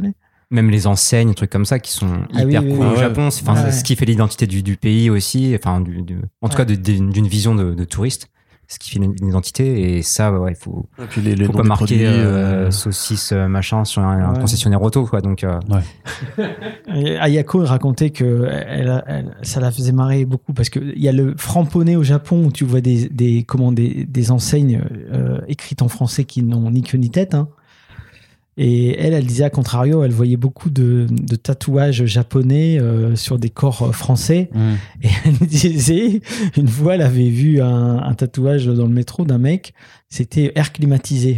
même les enseignes, des trucs comme ça qui sont Ah hyper oui, oui, cool oui. au Ah Japon. C'est, enfin, ouais. c'est ce qui fait l'identité du, du pays aussi. Enfin, du, du- en tout Ouais. cas, de- de- d'une vision de, de touriste. Ce qui fait l'identité. Et ça, ouais, il faut, Et puis les, les faut noms pas des marquer produits, euh, euh, saucisse euh, machin sur un, un Ouais. concessionnaire auto, quoi. Donc, euh, Et Ayako racontait que elle, elle- ça la faisait marrer beaucoup parce qu'il y a le franc-poney au Japon où tu vois des, des, comment, des, des enseignes euh, écrites en français qui n'ont ni queue ni tête. Hein. Et elle, elle disait à contrario, elle voyait beaucoup de, de tatouages japonais euh, sur des corps français. Mmh. Et elle disait, une fois, elle avait vu un, un tatouage dans le métro d'un mec, c'était air climatisé.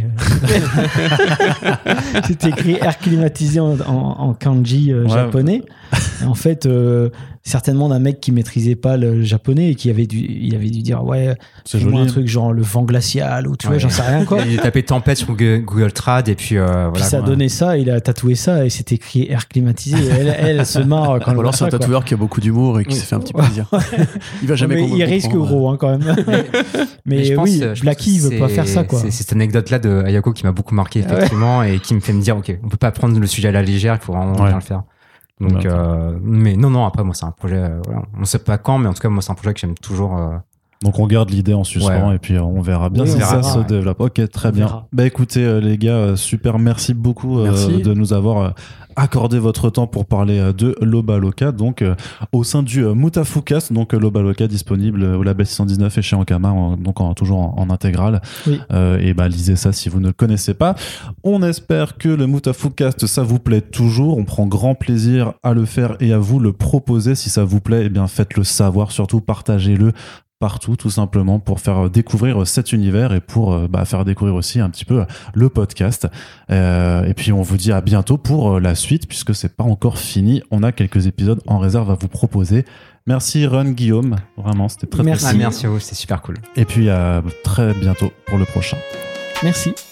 C'était écrit air climatisé en, en, en kanji euh, Ouais. japonais. Et en fait, euh, certainement d'un mec qui maîtrisait pas le japonais et qui avait dû, il avait dû dire ouais, C'est fais-moi joli. un truc genre le vent glacial ou tu vois, ouais. j'en sais rien quoi. Il a tapé tempête sur Google, Google Trad et puis euh, Puis voilà. ça a quoi. donné ça, il a tatoué ça et c'était écrit air climatisé. Et elle, elle, elle se marre quand elle Ou voit alors c'est un ça, quoi. tatoueur qui a beaucoup d'humour et qui Oui. s'est fait un petit plaisir. Il va jamais Mais comprendre- il risque comprendre. gros hein, quand même. Mais, je pense, oui, euh, je pense Blackie que il veut c'est- pas faire ça quoi. C'est, c'est cette anecdote-là de Ayako qui m'a beaucoup marqué Ah ouais. effectivement et qui me fait me dire ok, on peut pas prendre le sujet à la légère, il faut vraiment Ouais. bien le faire. Donc, Ouais. euh, mais non, non. Après, moi, c'est un projet. Euh, voilà, on sait pas quand, mais en tout cas, moi, c'est un projet que j'aime toujours. Euh, Donc on garde l'idée en suspens Ouais. et puis euh, on verra bien Oui, si on ça verra, se ouais. développe. Ok, très On bien. verra. Bah écoutez euh, les gars, euh, super, merci beaucoup euh, Merci. de nous avoir euh, accordé votre temps pour parler euh, de Loba Loca, donc euh, au sein du euh, Mutafucast, donc euh, Loba Loca disponible euh, au label six cent dix-neuf et chez Ankama, en- donc en- toujours en, en intégrale. Oui. Euh, et bah lisez ça si vous ne le connaissez pas. On espère que le Mutafucast ça vous plaît toujours. On prend grand plaisir à le faire et à vous le proposer. Si ça vous plaît, eh bien faites-le savoir, surtout partagez-le partout tout simplement pour faire découvrir cet univers et pour euh, bah, faire découvrir aussi un petit peu le podcast. Euh, et puis on vous dit à bientôt pour euh, la suite puisque c'est pas encore fini. On a quelques épisodes en réserve à vous proposer. Merci Ron, Guillaume, vraiment c'était très Merci. ah, très merci à vous, c'était super cool. Et puis à très bientôt pour le prochain. Merci.